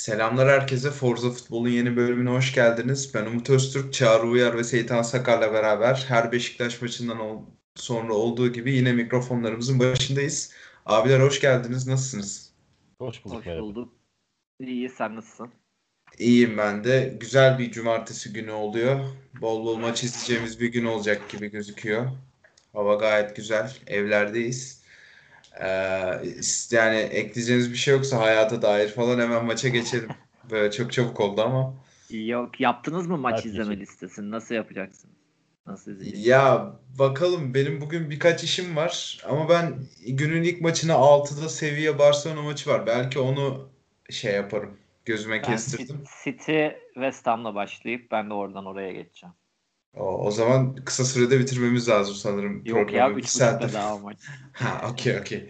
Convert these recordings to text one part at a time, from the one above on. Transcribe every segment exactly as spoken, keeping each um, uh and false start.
Selamlar herkese. Forza Futbol'un yeni bölümüne hoş geldiniz. Ben Umut Öztürk, Çağrı Uyar ve Seyitan Sakar'la beraber her Beşiktaş maçından ol- sonra olduğu gibi yine mikrofonlarımızın başındayız. Abiler hoş geldiniz. Nasılsınız? Hoş bulduk, Hoş merhaba. bulduk. İyi, sen nasılsın? İyiyim ben de. Güzel bir cumartesi günü oluyor. Bol bol maç izleyeceğimiz bir gün olacak gibi gözüküyor. Hava gayet güzel. Evlerdeyiz. Ee, Yani ekleyeceğiniz bir şey yoksa hayata dair falan hemen maça geçelim. Böyle çok çabuk oldu ama. Yok, yaptınız mı maç Hadi izleme geçelim. listesini? Nasıl yapacaksınız? Nasıl izleyeceksiniz? Ya bakalım benim bugün birkaç işim var ama ben günün ilk maçına altıda Sevilla Barcelona maçı var. Belki onu şey yaparım. Gözüme Ben Ci- kestirdim. City West Ham'la başlayıp ben de oradan oraya geçeceğim. O, o zaman kısa sürede bitirmemiz lazım sanırım Yok ya, programı. iki üç saattir. buçukta daha o maç. Ha, okey okey.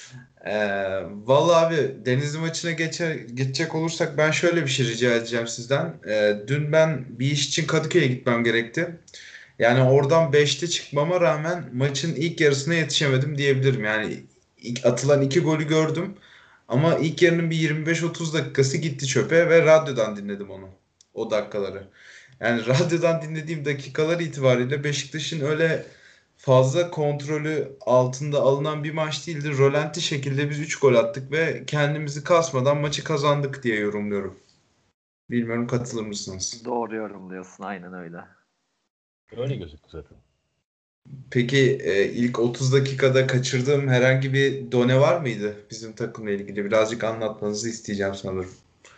Ee, Vallahi abi Denizli maçına geçe, geçecek olursak ben şöyle bir şey rica edeceğim sizden. Ee, dün ben bir iş için Kadıköy'e gitmem gerekti. Yani oradan beşte çıkmama rağmen maçın ilk yarısına yetişemedim diyebilirim. Yani ilk atılan iki golü gördüm. Ama ilk yarının bir yirmi beş otuz dakikası gitti çöpe ve radyodan dinledim onu. O dakikaları. Yani radyodan dinlediğim dakikalar itibariyle Beşiktaş'ın öyle fazla kontrolü altında alınan bir maç değildi. Rölanti şekilde biz üç gol attık ve kendimizi kasmadan maçı kazandık diye yorumluyorum. Bilmiyorum katılır mısınız? Doğru yorumluyorsun, aynen öyle. Öyle gözüktü zaten. Peki e, ilk otuz dakikada kaçırdığım herhangi bir done var mıydı bizim takımla ilgili? Birazcık anlatmanızı isteyeceğim sanırım.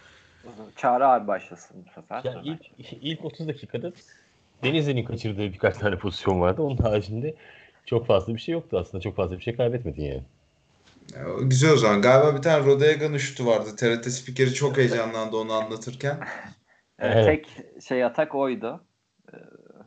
Çağrı abi başlasın bu sefer Ya sonra. ilk ilk otuz dakikada Denizli'nin kaçırdığı birkaç tane pozisyon vardı. Onun haricinde çok fazla bir şey yoktu aslında. Çok fazla bir şey kaybetmedin yani. E, güzel o zaman. Galiba bir tane Rodega'nın şutu vardı. T R T spikeri çok heyecanlandı onu anlatırken. Evet, Evet. tek şey atak oydu. Ee,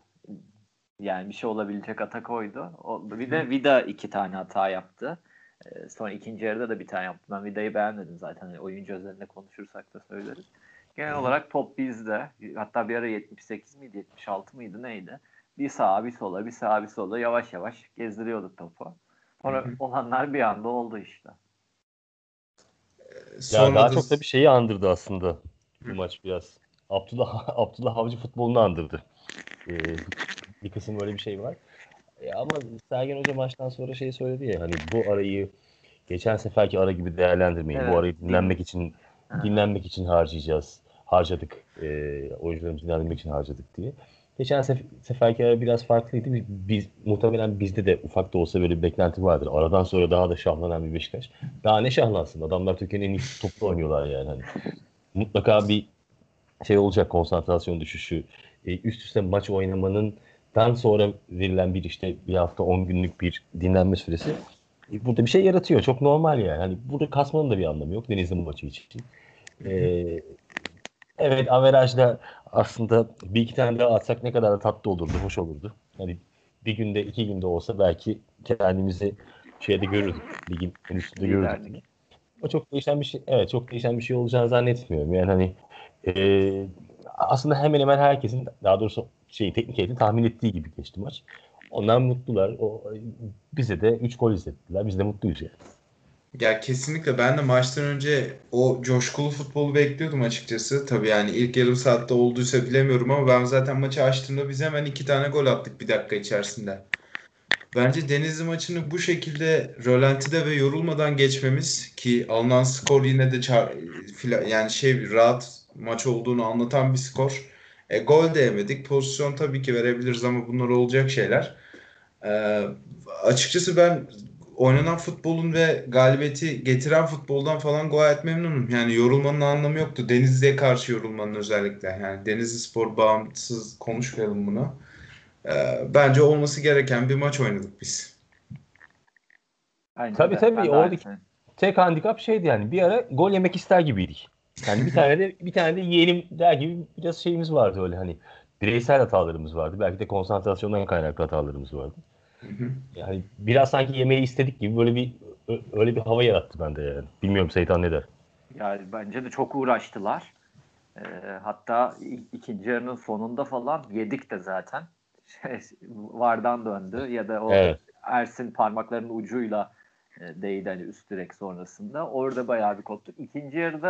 Yani bir şey olabilecek atak oydu. O, bir de Vida iki tane hata yaptı. Ee, sonra ikinci yarıda da bir tane yaptı. Ben Vida'yı beğenmedim zaten. Hani oyuncu özelinde konuşursak da söyleriz. Genel olarak top bizde. Hatta bir ara yetmiş sekiz miydi, yetmiş altı mıydı neydi? Bir sağa bir sola, bir sağa bir sola yavaş yavaş gezdiriyorduk topu. Sonra olanlar bir anda oldu işte. Ya Sonra daha da çok da bir şeyi andırdı aslında bu maç biraz. Abdullah Abdullah Avcı futbolunu andırdı. Ee, bir kısım böyle bir şey var. E, ama Sergen Hoca maçtan sonra şey söyledi ya, hani bu arayı geçen seferki ara gibi değerlendirmeyin. Bu Evet, arayı din. dinlenmek için Aha. dinlenmek için harcayacağız. Harcadık. E, oyuncularımızı dinlendirmek için harcadık diye. Geçen sef- seferki ara biraz farklıydı. Biz, biz muhtemelen bizde de ufak da olsa böyle bir beklenti vardır. Aradan sonra daha da şahlanan bir Beşiktaş. Daha ne şahlansın? Adamlar Türkiye'nin en iyi toplu oynuyorlar yani. Hani mutlaka bir şey olacak, konsantrasyon düşüşü. E, üst üste maç oynamanın dan sonra verilen bir işte bir hafta on günlük bir dinlenme süresi e, burada bir şey yaratıyor. Çok normal yani. Hani burada kasmanın da bir anlamı yok Denizli maçı için. E, evet, averajda aslında bir iki tane daha atsak ne kadar da tatlı olurdu, hoş olurdu. Hani bir günde iki günde olsa belki kendimizi şeyde görürdük. Ligin en üstünde görürdük diye. Liderlik. O çok değişen bir şey. Evet, çok değişen bir şey olacağını zannetmiyorum. Yani hani e, aslında hemen hemen herkesin, daha doğrusu şey, teknik heyetin tahmin ettiği gibi geçti maç. Onlar mutlular. O, bize de üç gol izlettiler. Biz de mutluyuz yani. ya kesinlikle ben de maçtan önce o coşkulu futbolu bekliyordum açıkçası. Tabii yani ilk yarım saatte olduysa bilemiyorum ama ben zaten maçı açtığımda biz hemen iki tane gol attık bir dakika içerisinde. Bence Denizli maçını bu şekilde rölantide ve yorulmadan geçmemiz ki alınan skor yine de çar- fila- yani şey bir rahat maç olduğunu anlatan bir skor. E, gol de yemedik. Pozisyon tabii ki verebiliriz ama bunlar olacak şeyler. Ee, Açıkçası ben oynanan futbolun ve galibiyeti getiren futboldan falan gayet memnunum. Yani yorulmanın anlamı yoktu. Denizli'ye karşı yorulmanın özellikle. Yani Denizli Spor bağımsız konuşmayalım bunu. Ee, bence olması gereken bir maç oynadık biz. Bence Tabii de. tabii, Ben de oradaki aynısını. tek handikap şeydi yani. Bir ara gol yemek ister gibiydik. Yani bir tane de bir tane de yiyelim der gibi biraz şeyimiz vardı, öyle hani bireysel hatalarımız vardı. Belki de konsantrasyondan kaynaklı hatalarımız vardı. Hı hı. Yani biraz sanki yemeği istedik gibi böyle bir ö- öyle bir hava yarattı bende yani. Bilmiyorum Seytan ne der? Yani bence de çok uğraştılar. Ee, Hatta i- ikinci yarının sonunda falan yedik de zaten. Şey, Vardan döndü ya da o Evet. Ersin parmaklarının ucuyla e, değdi hani üst direk sonrasında. Orada bayağı bir koptuk. İkinci yarıda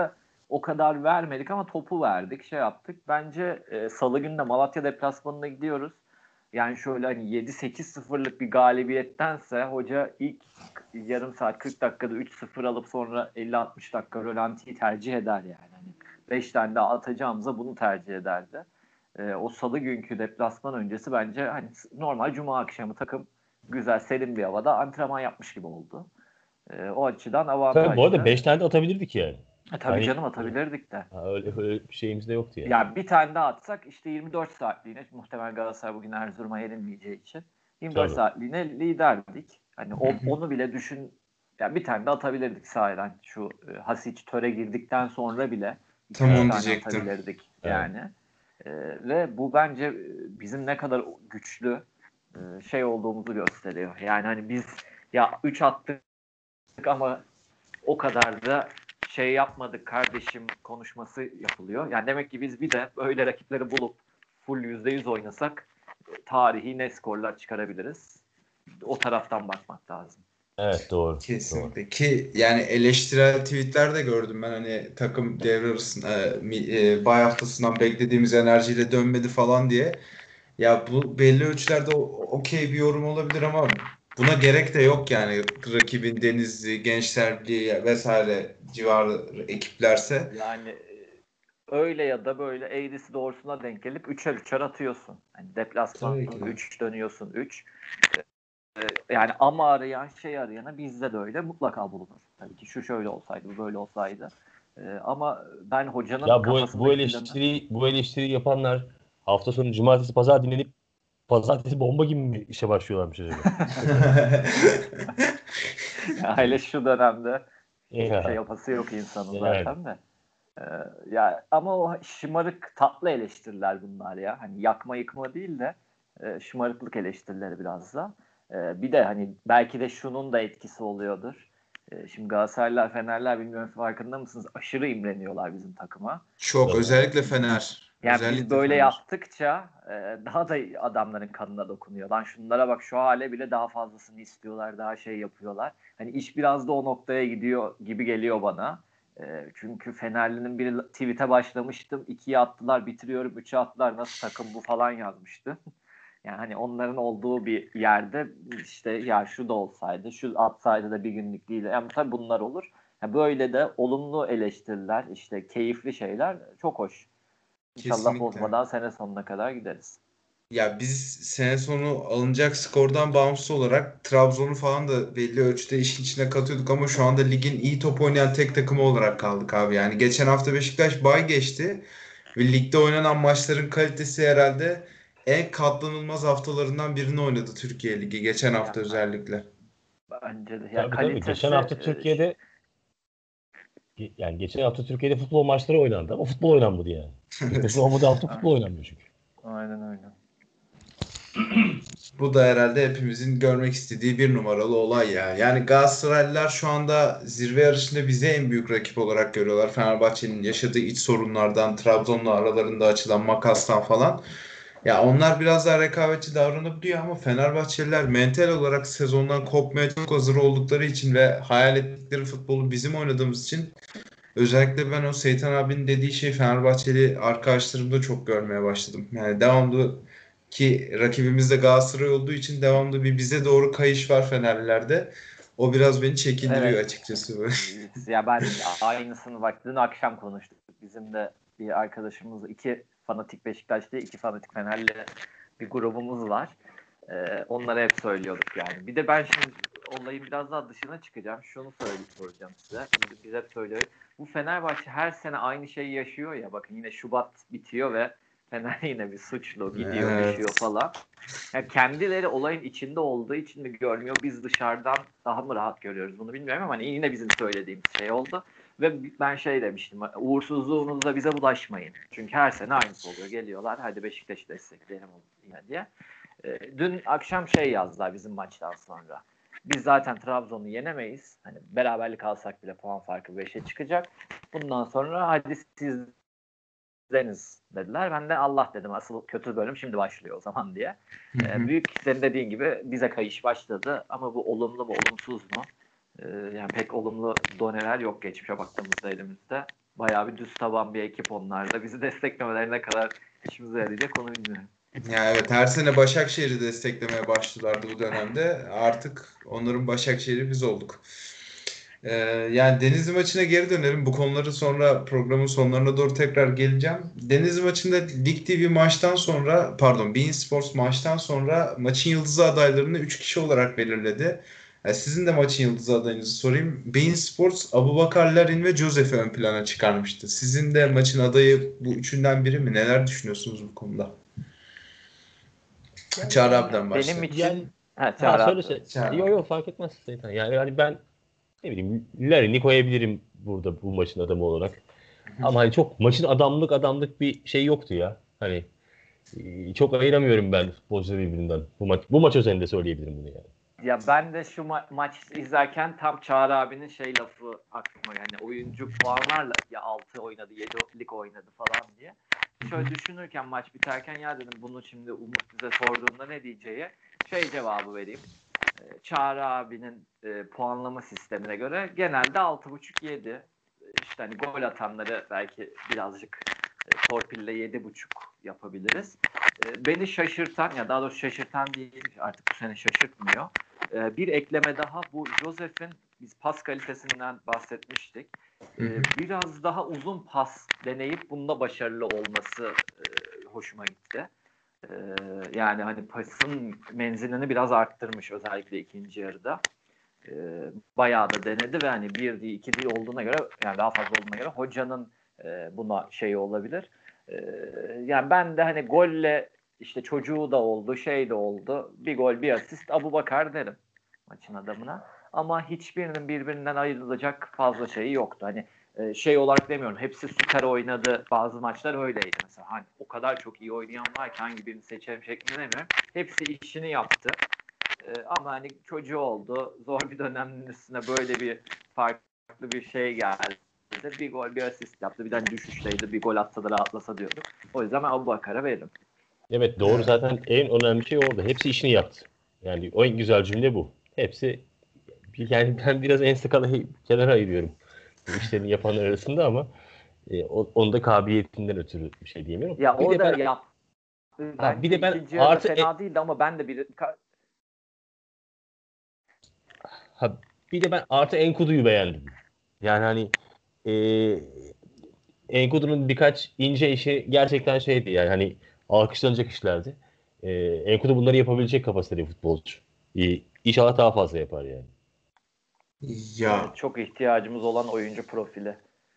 o kadar vermedik ama topu verdik, şey yaptık. Bence e, Salı günü de Malatya deplasmanına gidiyoruz. Yani şöyle hani yedi sekiz sıfırlık bir galibiyettense hoca ilk yarım saat kırk dakikada üç sıfır alıp sonra elli altmış dakika rölantiyi tercih eder yani. Hani beş tane daha atacağımıza bunu tercih ederdi. E, o Salı günkü deplasman öncesi bence hani normal Cuma akşamı takım güzel serin bir havada antrenman yapmış gibi oldu. E, o açıdan Tabii bu arada avantajlı. beş tane de atabilirdik yani. E, tabii Hani canım atabilirdik de. ha, öyle, öyle bir şeyimiz de yoktu yani. Ya bir tane daha atsak işte yirmi dört saatliğine muhtemelen Galatasaray bugün Erzurum'a yenilmeyeceği için yirmi dört Tabii. saatliğine liderdik. Hani o, Hı hı. onu bile düşün ya bir tane de atabilirdik sahiden. Şu e, Hasic töre girdikten sonra bile iki Tam üç onu tane diyecektim. atabilirdik Evet. yani. E, ve bu bence e, bizim ne kadar güçlü e, şey olduğumuzu gösteriyor. Yani hani biz ya üç attık ama o kadar da şey yapmadık kardeşim konuşması yapılıyor. Yani demek ki biz bir de böyle rakipleri bulup full yüzde yüz oynasak tarihi ne skorlar çıkarabiliriz. O taraftan bakmak lazım. Evet doğru. Doğru. Kesinlikle ki yani eleştirel tweetler de gördüm ben hani takım devre arasında e, mi- e, bay haftasından beklediğimiz enerjiyle dönmedi falan diye. Ya bu belli ölçülerde o- okey bir yorum olabilir ama buna gerek de yok yani rakibin Denizli, Gençler Birliği vesaire civarı ekiplerse. Yani e, öyle ya da böyle eğrisi doğrusuna denk gelip üçer üçer atıyorsun. Hani Tabii ki deplasmanda de. üç dönüyorsun üç. Yani ama arayan şey arayana bizde de öyle mutlaka bulunur. Tabii ki şu şöyle olsaydı bu böyle olsaydı. Ee, ama ben hocanın Ya bu bu kafasındaki planı eleştiri bu eleştiri yapanlar hafta sonu cumartesi pazar dinlenip pazartesi bomba gibi mi işe başlıyorlarmış acaba? hele şu dönemde çok şey Ya yapası yok insanın yani. zaten de. Ee, ya ama o şımarık tatlı eleştiriler bunlar ya. Hani yakma yıkma değil de e, şımarıklık eleştirileri biraz da. E, bir de hani belki de şunun da etkisi oluyordur. E, şimdi Galatasaraylılar, Fenerler bilmiyorum farkında mısınız? Aşırı imreniyorlar bizim takıma. Çok Tabii. özellikle Fener. Yani biz Özellikle böyle Fener. yaptıkça e, daha da adamların kanına dokunuyor. Lan şunlara bak şu hale bile daha fazlasını istiyorlar, daha şey yapıyorlar. Hani iş biraz da o noktaya gidiyor gibi geliyor bana. E, çünkü Fenerli'nin bir tweet'e başlamıştım. ikiye attılar, bitiriyorum. üçe attılar, nasıl takım bu falan yazmıştı. Yani hani onların olduğu bir yerde işte ya şu da olsaydı, şu atsaydı da bir günlük değil. Yani tabii bunlar olur. Yani böyle de olumlu eleştiriler, işte keyifli şeyler çok hoş. İnşallah Kesinlikle. bozmadan sene sonuna kadar gideriz. Ya biz sene sonu alınacak skordan bağımsız olarak Trabzon'u falan da belli ölçüde işin içine katıyorduk ama şu anda ligin iyi top oynayan tek takımı olarak kaldık abi. Yani geçen hafta Beşiktaş bay geçti ve ligde oynanan maçların kalitesi herhalde en katlanılmaz haftalarından birini oynadı Türkiye Ligi geçen hafta Ya özellikle. bence de ya Tabii tabii. Geçen kalitesi hafta e, ş- Türkiye'de yani geçen hafta Türkiye'de futbol maçları oynandı ama futbol oynanmadı yani. Ligde olmadığı hafta ah, futbol oynanmıyor çünkü. aynen öyle. Bu da herhalde hepimizin görmek istediği bir numaralı olay ya. Yani Galatasaraylılar şu anda zirve yarışında bizi en büyük rakip olarak görüyorlar. Fenerbahçe'nin yaşadığı iç sorunlardan, Trabzon'la aralarında açılan makastan falan. Ya onlar biraz daha rekabetçi davranabiliyor ama Fenerbahçeliler mental olarak sezondan kopmaya çok hazır oldukları için ve hayal ettikleri futbolu bizim oynadığımız için özellikle ben o Seytan abinin dediği şeyi Fenerbahçeli arkadaşlarımda çok görmeye başladım. Yani devamlı ki rakibimiz de Galatasaray olduğu için devamlı bir bize doğru kayış var Fenerlilerde. O biraz beni çekindiriyor Evet. açıkçası. Ya ben aynısını bak dün akşam konuştuk. Bizim de bir arkadaşımız iki fanatik Beşiktaşlı, iki fanatik Fenerli bir grubumuz var. Ee, onlara hep söylüyorduk yani. Bir de ben şimdi olayın biraz daha dışına çıkacağım. Şunu söyleyip soracağım size. Biz, biz hep söylüyoruz. Bu Fenerbahçe her sene aynı şeyi yaşıyor ya. Bakın yine Şubat bitiyor ve Fener yine bir suçlu gidiyor, düşüyor Evet. falan. Yani kendileri olayın içinde olduğu için mi görmüyor? Biz dışarıdan daha mı rahat görüyoruz bunu bilmiyorum ama hani yine bizim söylediğimiz şey oldu. Ve ben şey demiştim, uğursuzluğunuzla bize bulaşmayın. Çünkü her sene aynısı oluyor. Geliyorlar, hadi Beşiktaş'ı destekleyelim yine diye. E, dün akşam şey yazdılar bizim maçtan sonra. Biz zaten Trabzon'u yenemeyiz. Hani beraberlik alsak bile puan farkı beşe çıkacak. Bundan sonra hadi siz deniz dediler. Ben de Allah dedim asıl kötü bölüm şimdi başlıyor o zaman diye. Hı Ee, hı. büyük senin dediğin gibi bize kayış başladı ama bu olumlu mu olumsuz mu? Ee, yani pek olumlu doneler yok geçmişe baktığımızda elimizde. bayağı bir düz taban bir ekip onlar da. Bizi desteklemeleri ne kadar işimize yarayacak onu bilmiyorum. Ya evet, her sene Başakşehir'i desteklemeye başladılardı bu dönemde. Artık onların Başakşehir'i biz olduk. Ee, yani Denizli maçına geri dönelim. Bu konuları sonra programın sonlarına doğru tekrar geleceğim. Denizli maçında Lig T V maçtan sonra, pardon, beIN Sports maçtan sonra maçın yıldızı adaylarını üç kişi olarak belirledi. Yani sizin de maçın yıldızı adayınızı sorayım. beIN Sports, Abubakar Larin ve Josef'i ön plana çıkarmıştı. Sizin de maçın adayı bu üçünden biri mi? Neler düşünüyorsunuz bu konuda? Yani Çağrı ben abiden Benim başlayalım. için yani ha, ha Çağrı söyle abi. söyle. Çağrı Yok abi. yok fark etmez Seytan. Yani hani ben ne bileyim Larin'i koyabilirim burada bu maçın adamı olarak. Ama hani çok maçın adamlık adamlık bir şey yoktu ya. Hani e, çok ayıramıyorum ben futbolcuları birbirinden. Bu maç bu maç özelinde söyleyebilirim bunu yani. Ya ben de şu ma- maç izlerken tam Çağrı abinin şey lafı aklıma yani oyuncu puanlarla ya altı oynadı yedilik oynadı falan diye. Şöyle düşünürken maç biterken ya dedim bunu şimdi Umut bize sorduğunda ne diyeceği şey cevabı vereyim. Ee, Çağrı abinin e, puanlama sistemine göre genelde altı buçuk yedi. İşte hani gol atanları belki birazcık e, torpille yedi buçuk yapabiliriz. E, beni şaşırtan ya daha doğrusu şaşırtan değil artık bu sene şaşırtmıyor. E, bir ekleme daha bu Josef'in biz pas kalitesinden bahsetmiştik. E, biraz daha uzun pas deneyip bunda başarılı olması e, hoşuma gitti. E, yani hani pasın menzilini biraz arttırmış özellikle ikinci yarıda. E, bayağı da denedi ve hani bir değil iki değil olduğuna göre yani daha fazla olduğuna göre hocanın e, buna şeyi olabilir. E, yani ben de hani golle işte çocuğu da oldu şey de oldu bir gol bir asist Abubakar derim maçın adamına. Ama hiçbirinin birbirinden ayrılacak fazla şeyi yoktu. Hani e, şey olarak demiyorum hepsi süper oynadı bazı maçlar öyleydi mesela hani o kadar çok iyi oynayan var ki hangi birini seçelim şeklinde demiyorum. Hepsi işini yaptı. Ee, ama hani çocuğu oldu. Zor bir dönemin üstüne böyle bir farklı bir şey geldi. Bir gol bir asist yaptı. Bir tane düşüşteydi. Bir gol atsa da rahatlasa diyorduk. O yüzden ben Abubakar'a veririm. Evet doğru zaten en önemli şey orada. Hepsi işini yaptı. Yani o en güzel cümle bu. Hepsi yani ben biraz en skalayı kenara ayırıyorum. Bu işlerini yapanlar arasında ama e, o, onun da kabiliyetinden ötürü bir şey diyemiyorum. Ya Bir o de da ben yaptı. ha, bir Bence de ben ikinci yarıda artı e, fena değildi ama ben de bir ha, bir de ben artı Enkudu'yu beğendim. Yani hani e, Enkudu'nun birkaç ince işi gerçekten şeydi yani hani alkışlanacak işlerdi. E, Enkudu bunları yapabilecek kapasiteli futbolcu. E, İnşallah daha fazla yapar yani. Ya evet, çok ihtiyacımız olan oyuncu profili.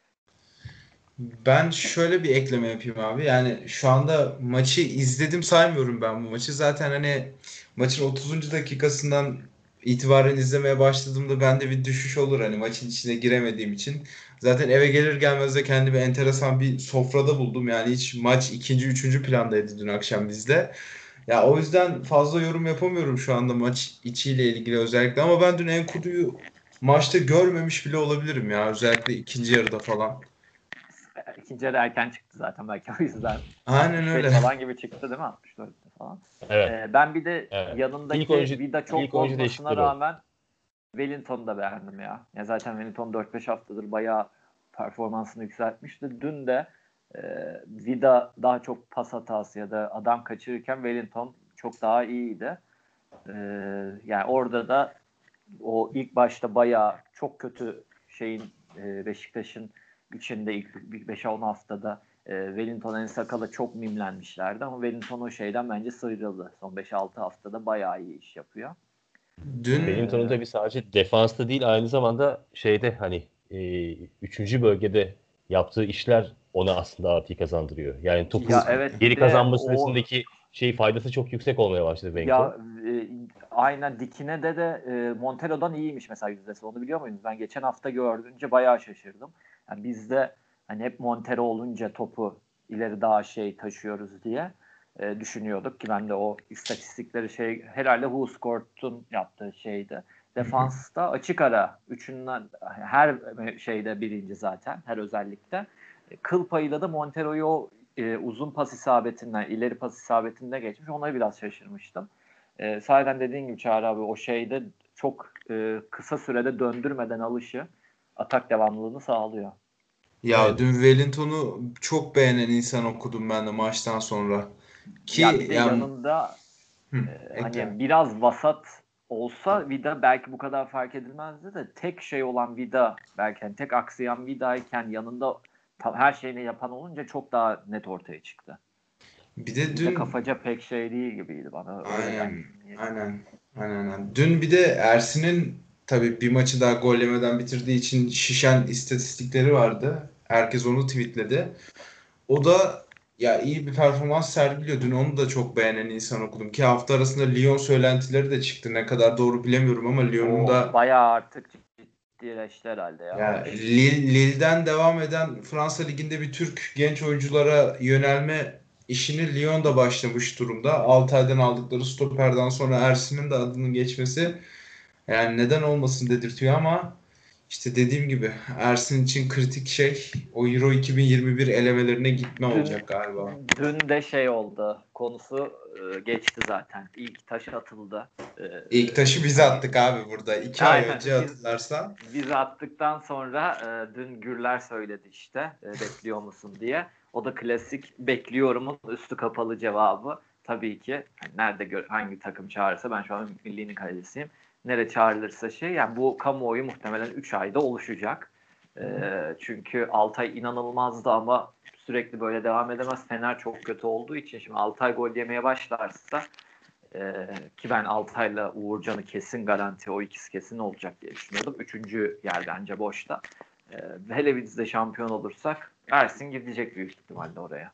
ben şöyle bir ekleme yapayım abi. Yani şu anda maçı izledim saymıyorum ben bu maçı. Zaten hani maçın otuzuncu dakikasından itibaren izlemeye başladığımda bende bir düşüş olur hani maçın içine giremediğim için. Zaten eve gelir gelmez de kendimi enteresan bir sofrada buldum. Yani hiç maç ikinci, üçüncü plandaydı dün akşam bizde. Ya o yüzden fazla yorum yapamıyorum şu anda maç içiyle ilgili özellikle. Ama ben dün Enkudu'yu maçta görmemiş bile olabilirim ya. Özellikle ikinci yarıda falan. İkinci yarı erken çıktı zaten belki o yüzden. Aynen altmış beş öyle. falan gibi çıktı değil mi? altmış dörtte falan. Evet. Ee, ben bir de Evet. İlk yanındaki oyuncu Vida çok ilk oyuncu bozmasına değişiklikleri oldu. rağmen Wellington'u da beğendim ya. Ya zaten Wellington dört beş haftadır bayağı performansını yükseltmişti. Dün de e, Vida daha çok pas hatası ya da adam kaçırırken Wellington çok daha iyiydi. E, yani orada da o ilk başta bayağı çok kötü şeyin e, Beşiktaş'ın içinde ilk beş on haftada e, Wellington en sakala çok mimlenmişlerdi ama Wellington o şeyden bence sıyrıldı. Son beş altı haftada bayağı iyi iş yapıyor. Dün Wellington'un E, tabii sadece defansta değil aynı zamanda şeyde hani e, üçüncü bölgede yaptığı işler ona aslında artı kazandırıyor. Yani topu ya evet bir geri de kazanma o süresindeki şey faydası çok yüksek olmaya başladı Wellington. ya e, aynen dikine de de e, Montero'dan iyiymiş mesela yüzdesi. Onu biliyor muydunuz? Ben geçen hafta gördünce bayağı şaşırdım. Yani bizde hani hep Montero olunca topu ileri daha şey taşıyoruz diye e, düşünüyorduk ki ben de o istatistikleri şey herhalde WhoScored'un yaptığı şeydi. Defansta açık ara üçünden her şeyde birinci zaten her özellikle. E, Kıl payıyla da Montero'yu o e, uzun pas isabetinden, ileri pas isabetinde geçmiş. Ona biraz şaşırmıştım. E, sahiden dediğin gibi Çağrı abi o şeyde çok e, kısa sürede döndürmeden alışı atak devamlılığını sağlıyor. Ya Evet. dün Wellington'u çok beğenen insan okudum ben de maçtan sonra. Ya Ki bir de yani yanında hı, e, ekle. hani biraz vasat olsa Vida belki bu kadar fark edilmezdi de tek şey olan Vida belki hani tek aksayan Vida'yken yanında ta- her şeyini yapan olunca çok daha net ortaya çıktı. Bir de Vida dün kafaca pek şey değil gibiydi bana öyle geldi. aynen aynen aynen aynen. Dün bir de Ersin'in tabii bir maçı daha gol yemeden bitirdiği için şişen istatistikleri vardı. Herkes onu tweetledi. O da ya iyi bir performans sergiliyor. Dün onu da çok beğenen insan okudum. Ki hafta arasında Lyon söylentileri de çıktı. Ne kadar doğru bilemiyorum ama Lyon'un O da bayağı artık ciddileşti herhalde ya o ya iş. Lille, Lille'den devam eden Fransa Ligi'nde bir Türk genç oyunculara yönelme işini Lyon'da başlamış durumda. Altay'dan aldıkları stoperden sonra Ersin'in de adının geçmesi yani neden olmasın dedirtiyor ama işte dediğim gibi Ersin için kritik şey o Euro iki bin yirmi bir elemelerine gitme Dün olacak galiba. dün de şey oldu. Konusu e, geçti zaten. İlk taşı atıldı. E, İlk taşı biz hani attık abi burada. İki ay önce aynen biz hatırlarsan. biz attıktan sonra e, dün Gürler söyledi işte e, bekliyor musun diye. O da klasik bekliyorumun üstü kapalı cevabı. Tabii ki hani nerede gö- hangi takım çağırırsa ben şu an Milli'nin kalecisiyim. Nereye çağrılırsa şey yani bu kamuoyu muhtemelen üç ayda oluşacak. E, çünkü Altay inanılmazdı ama sürekli böyle devam edemez. Fener çok kötü olduğu için şimdi Altay gol yemeye başlarsa ee, ki ben Altay'la Uğurcan'ı kesin garanti o ikisi kesin olacak diye düşünüyordum. Üçüncü yer bence boşta. Ee, hele biz de şampiyon olursak Ersin gidecek büyük ihtimalle oraya.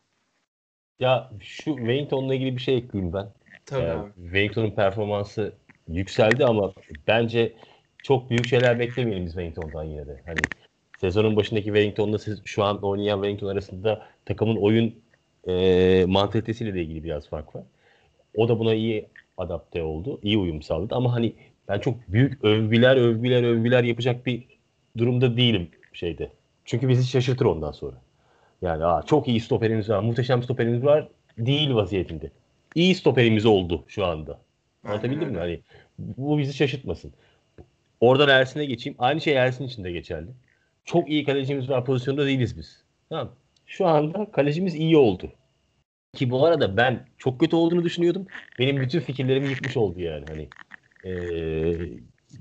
Ya şu Wellington'la ilgili bir şey ekleyeyim ben. Tabii Yani abi. Wellington'un performansı yükseldi ama bence çok büyük şeyler beklemeyelim biz Wellington'dan yine de. Hani sezonun başındaki Wellington'la siz şu an oynayan Wellington arasında takımın oyun e, mantalitesiyle de ilgili biraz fark var. O da buna iyi adapte oldu. İyi uyum sağladı ama hani ben çok büyük övgüler övgüler övgüler yapacak bir durumda değilim şeyde. Çünkü bizi şaşırtır ondan sonra. Yani aa, çok iyi stoperimiz var, muhteşem stoperimiz var değil vaziyetinde. İyi stoperimiz oldu şu anda. Aynen Anlatabildim mi? öyle. Hani bu bizi şaşırtmasın. Oradan Ersin'e geçeyim. Aynı şey Ersin için de geçerli. Çok iyi kalecimiz var pozisyonda değiliz biz. Tamam. Şu anda kalecimiz iyi oldu. Ki bu arada ben çok kötü olduğunu düşünüyordum. Benim bütün fikirlerimi yıkmış oldu yani. Hani eee,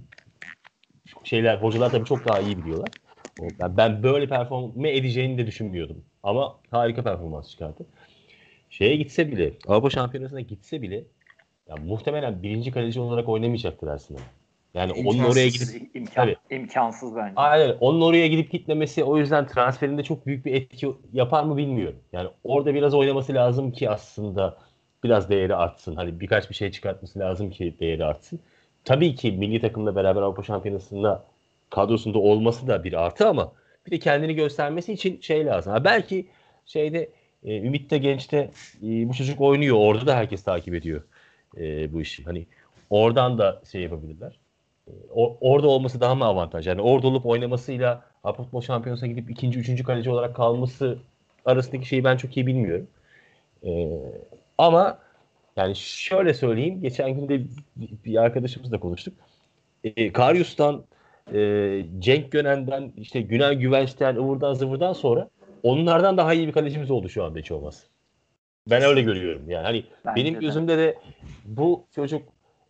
şeyler, hocalar tabii çok daha iyi biliyorlar. O- Ben, ben böyle performe edeceğini de düşünmüyordum. Ama harika performans çıkardı. Şeye gitse bile, Avrupa Şampiyonası'na gitse bile ya muhtemelen birinci kaleci olarak oynamayacaktır Ersin Yanal. Yani onun oraya gidip İmkansız. İmkan, tabii imkansız bence. aynen onun oraya gidip gitmemesi o yüzden transferinde çok büyük bir etki yapar mı bilmiyorum. Yani orada biraz oynaması lazım ki aslında biraz değeri artsın. Hani birkaç bir şey çıkartması lazım ki değeri artsın. Tabii ki milli takımla beraber Avrupa Şampiyonası'nda kadrosunda olması da bir artı ama bir de kendini göstermesi için şey lazım. Ha belki şeyde e, Ümit'te Genç'te e, bu çocuk oynuyor. Orada da herkes takip ediyor e, bu işi. Hani oradan da şey yapabilirler. O, orada olması daha mı avantaj? Yani orada olup oynamasıyla Avrupa Futbol Şampiyonası'na gidip ikinci, üçüncü kaleci olarak kalması arasındaki şeyi ben çok iyi bilmiyorum. Ee, ama yani şöyle söyleyeyim. Geçen gün de bir arkadaşımızla konuştuk. Ee, Karius'tan, e, Cenk Gönen'den, işte Günay Güvenç'ten, ıvırdan zıvırdan sonra onlardan daha iyi bir kalecimiz oldu şu anda hiç olmaz. Ben öyle Kesinlikle. görüyorum. Yani hani benim Bence de. gözümde de bu çocuk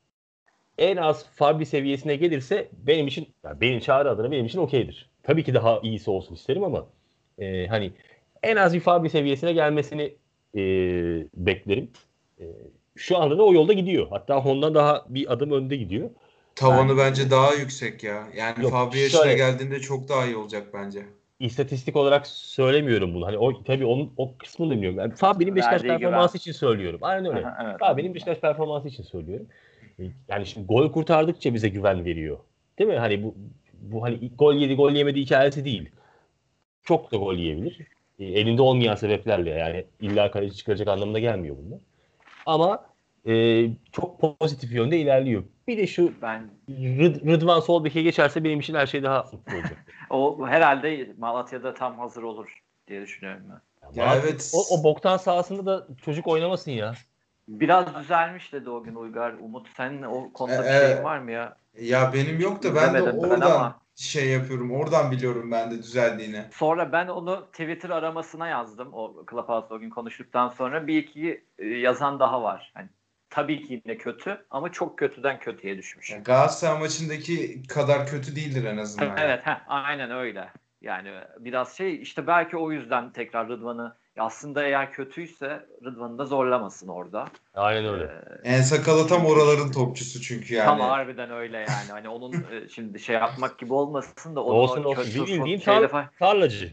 en az Fabi seviyesine gelirse benim için, yani benim Çağrı adına benim için okeydir. Tabii ki daha iyisi olsun isterim ama e, hani en az bir Fabi seviyesine gelmesini e, beklerim. E, şu anda da o yolda gidiyor. Hatta ondan daha bir adım önde gidiyor. Tavanı Bence de. bence daha yüksek ya. Yani Yok Fabio yaşına şöyle geldiğinde çok daha iyi olacak bence. istatistik olarak söylemiyorum bunu. Hani o tabii onun o kısmını da bilmiyorum. Yani Fabi'nin Beşiktaş Verdiği güven. performansı için söylüyorum. Aynen öyle. Evet, Fabi'nin anladım. Beşiktaş performansı için söylüyorum. E, Yani şimdi gol kurtardıkça bize güven veriyor. Değil mi? Hani bu bu hani gol yedi gol yemedi hikayesi değil. Çok da gol yiyebilir. E, elinde olmayan sebeplerle yani illa kaleci çıkaracak anlamına gelmiyor bunlar. Ama e, çok pozitif yönde ilerliyor. Bir de şu Ben Rıd- Rıdvan Solbek'e geçerse benim için her şey daha mutlu olacak. o herhalde Malatya'da tam hazır olur diye düşünüyorum ben. Ya Ya Malatya, evet. o, o boktan sahasında da çocuk oynamasın ya. Biraz düzelmiş dedi o gün Uygar. Umut senin o E, konuda bir şeyin e, var mı ya? ya benim Hiç yok da ben de izlemedim ben oradan ama. şey yapıyorum. Oradan biliyorum ben de düzeldiğini. Sonra ben onu Twitter aramasına yazdım. O Clubhouse'da o gün konuştuktan sonra bir iki e, yazan daha var. Hani tabii ki yine kötü ama çok kötüden kötüye düşmüş. Yani Galatasaray maçındaki kadar kötü değildir en azından. Evet, heh, aynen öyle. Yani biraz şey işte belki o yüzden tekrar Rıdvan'ı aslında eğer kötüyse Rıdvan'ı da zorlamasın orada. Aynen öyle. Ee, En Sakalı tam çünkü oraların topçusu çünkü tam yani. harbiden öyle yani. Hani onun e, şimdi şey yapmak gibi olmasın da onun Olsun o olsun. kötü fut- Bildiğin şeyde tar falan. tarlacı.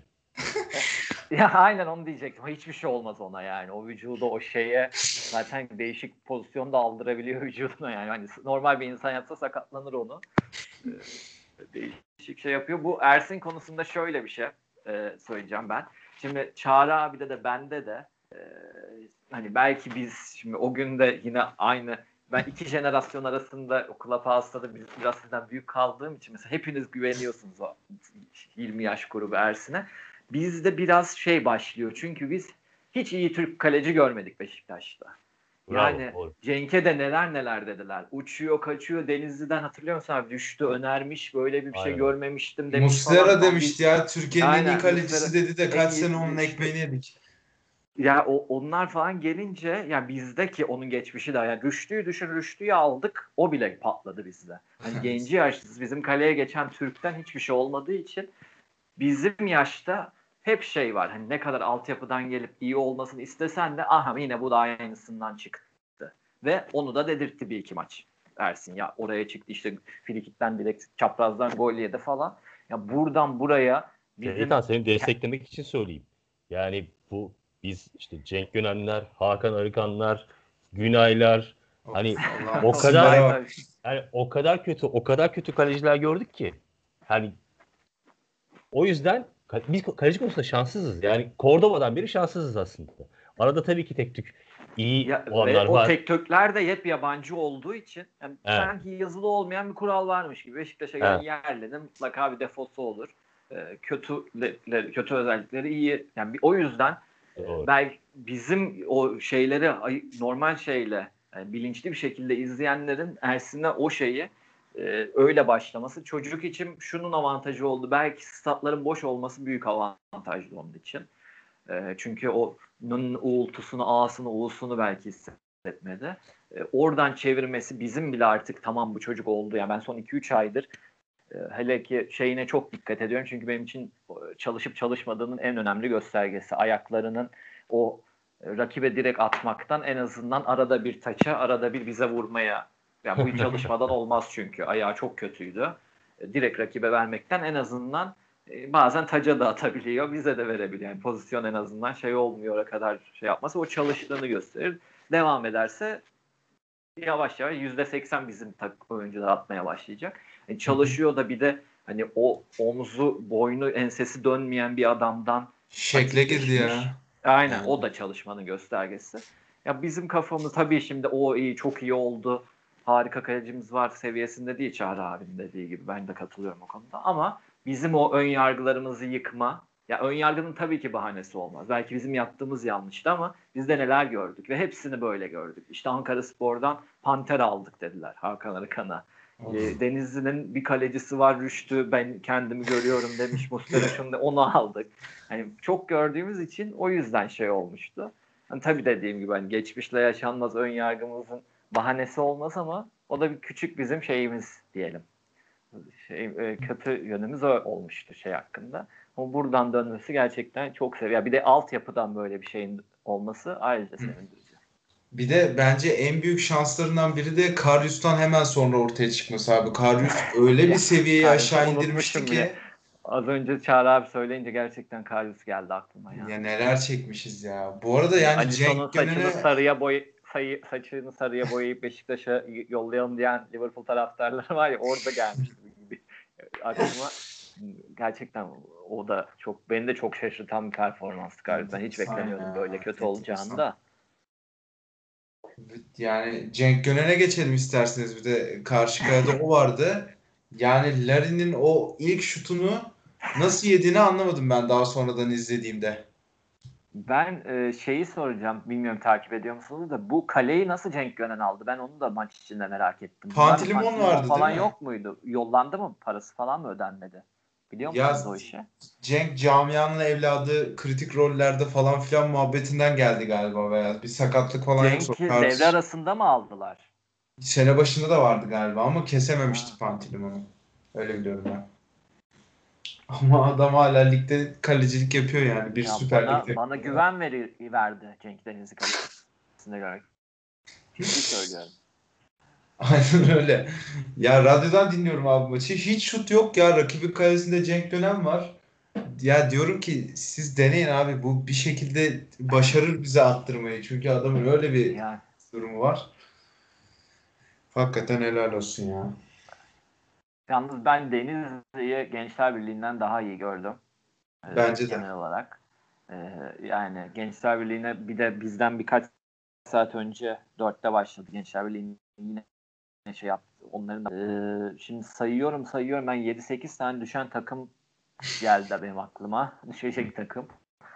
Ya aynen onu diyecektim. Hiçbir şey olmaz ona yani. O vücuda o şeye zaten değişik pozisyonda aldırabiliyor vücuduna yani. Hani normal bir insan yapsa sakatlanır onu. Ee, değişik şey yapıyor. Bu Ersin konusunda şöyle bir şey e, söyleyeceğim ben. Şimdi Çağrı abide de bende de e, hani belki biz şimdi o gün de yine aynı ben iki jenerasyon arasında o Clubhouse'da da biraz sizden büyük kaldığım için mesela hepiniz güveniyorsunuz o yirmi yaş grubu Ersin'e. Bizde biraz şey başlıyor. Çünkü biz hiç iyi Türk kaleci görmedik Beşiktaş'ta. Bravo. Yani Doğru. Cenk'e de neler neler dediler. Uçuyor, kaçıyor. Denizli'den hatırlıyor musun abi? Düştü, önermiş. Böyle bir şey Aynen. görmemiştim demiş falan. Muslera Tam bir demişti ya Türkiye'nin en iyi aynen kalecisi Muslera dedi de en kaç iyi sene onun işte ekmeğini yedik. ya o, onlar falan gelince yani bizdeki onun geçmişi de yani Rüştü'yü düşün Rüştü'yü aldık. O bile patladı bizde. Hani genci yaşsız bizim kaleye geçen Türk'ten hiçbir şey olmadığı için bizim yaşta hep şey var. Hani ne kadar altyapıdan gelip iyi olmasını istesen de aha yine bu da aynısından çıktı. Ve onu da dedirtti bir iki maç. Ersin ya oraya çıktı işte frikikten direkt çaprazdan gol yedi falan. Ya buradan buraya bizim Şeytan seni desteklemek için söyleyeyim. Yani bu biz işte Cenk Gönenler, Hakan Arıkanlar, Günaylar hani Of Allah'ım o kadar isimlere Ay, bak. tabii. yani o kadar kötü o kadar kötü kaleciler gördük ki. Hani o yüzden ka- biz kaleci konusunda şanssızız. Yani Cordova'dan beri şanssızız aslında. Arada tabii ki tek tük iyi Ya, ve olanlar o var. tek tökler de hep yabancı olduğu için yani Evet. sanki yazılı olmayan bir kural varmış gibi. Beşiktaş'a gelen Evet. yerlerin mutlaka bir defosu olur. Ee, kötü kötü özellikleri iyi. Yani bir, o yüzden e, Doğru. belki bizim o şeyleri normal şeyle yani bilinçli bir şekilde izleyenlerin Ersin'e o şeyi e, öyle başlaması çocuk için şunun avantajı oldu. Belki statların boş olması büyük avantajlı onun için. E, çünkü onun uğultusunu, ağasını, uğultusunu belki hissetmedi. E, oradan çevirmesi bizim bile artık tamam bu çocuk oldu. Yani ben son iki üç aydır e, hele ki şeyine çok dikkat ediyorum. Çünkü benim için çalışıp çalışmadığının en önemli göstergesi. Ayaklarının o e, rakibe direkt atmaktan en azından arada bir taça, arada bir bize vurmaya. Yani bu hiç çalışmadan olmaz çünkü. Ayağı çok kötüydü. E, direkt rakibe vermekten en azından e, bazen taca da atabiliyor. Bize de verebiliyor. Yani pozisyon en azından şey olmuyor o kadar şey yapması. O çalıştığını gösterir. Devam ederse yavaş yavaş yüzde seksen bizim takım oyuncular atmaya başlayacak. Yani çalışıyor da bir de hani o omzu, boynu, ensesi dönmeyen bir adamdan Şekle girdi aktifleşmiş. ya. Aynen Yani o da çalışmanın göstergesi. Ya bizim kafamız tabii şimdi o iyi, çok iyi oldu. Harika kalecimiz var seviyesinde değil Çağrı abinin dediği gibi. Ben de katılıyorum o konuda. Ama bizim o ön yargılarımızı yıkma. Ya ön yargının tabii ki bahanesi olmaz. Belki bizim yaptığımız yanlıştı ama biz de neler gördük ve hepsini böyle gördük. İşte Ankaraspor'dan Panter aldık dediler Hakan Arıkan'a. E, of. Denizli'nin bir kalecisi var Rüştü ben kendimi görüyorum demiş Muslera şunu onu aldık. Hani çok gördüğümüz için o yüzden şey olmuştu. Hani tabii dediğim gibi hani geçmişle yaşanmaz ön yargımızın bahanesi olmaz ama o da bir küçük bizim şeyimiz diyelim. Şey, e, kötü yönümüz o olmuştu şey hakkında. Ama buradan dönmesi gerçekten çok seviyor. Bir de altyapıdan böyle bir şeyin olması ayrıca sevindirici. Bir de bence en büyük şanslarından biri de Karius'tan hemen sonra ortaya çıkması abi. Karius öyle bir Ya seviyeye Karius'u aşağı indirmişti unutmuşum bile. ki Az önce Çağrı abi söyleyince gerçekten Karius geldi aklıma ya. ya neler çekmişiz ya. Bu arada Hani yani Alisson'un Cenk saçını Gönen'e sarıya boy sayı, saçını sarıya boyayıp Beşiktaş'a yollayalım diyen Liverpool taraftarları var ya orada gelmişti gibi aklıma. Gerçekten o da çok beni de çok şaşırtan bir performanstı galiba. Ben hiç enteresan beklemiyordum böyle ya. kötü olacağını Enteresan. da. Yani Cenk Gönen'e geçelim isterseniz. Bir de Karşıyaka'da o vardı. Yani Larin'in o ilk şutunu nasıl yediğini anlamadım ben daha sonradan izlediğimde. Ben e, şeyi soracağım. Bilmiyorum takip ediyor musunuz da bu kaleyi nasıl Cenk Gönen aldı? Ben onu da maç içinde merak ettim. Bunlar Pantilimon Pantilimon vardı değil falan mi? yok muydu? Yollandı mı? Parası falan mı ödenmedi? Biliyor Ya musunuz o işi? Cenk camianın evladı kritik rollerde falan filan muhabbetinden geldi galiba veya bir sakatlık falan yoksa o Cenk'i devre tarz arasında mı aldılar? sene başında da vardı galiba ama kesememişti Ha. Pantilimon'u. Öyle biliyorum ben. Ama adam hala ligde kalecilik yapıyor yani. Bir Ya Süper Lig bana bana takımında. güven veri, verdi Cenk Denizli kalesinde göre. Ciddi söylüyorum. Aynen öyle. Ya radyodan dinliyorum abi maçı. Hiç şut yok ya. Rakibin kalesinde Cenk Dönem var. Ya diyorum ki siz deneyin abi. Bu bir şekilde başarır bize attırmayı. Çünkü adamın öyle bir Yani durumu var. Hakikaten helal olsun ya. yalnız ben Denizli'yi Gençler Birliği'nden daha iyi gördüm. Ee, Bence de. genel olarak. Ee, yani Gençler Birliği'ne bir de bizden birkaç saat önce dörtte başladı. Gençler Birliği yine şey yaptı. Onların da, Ee, şimdi sayıyorum sayıyorum ben yedi sekiz tane düşen takım geldi benim aklıma. Düşecek takım.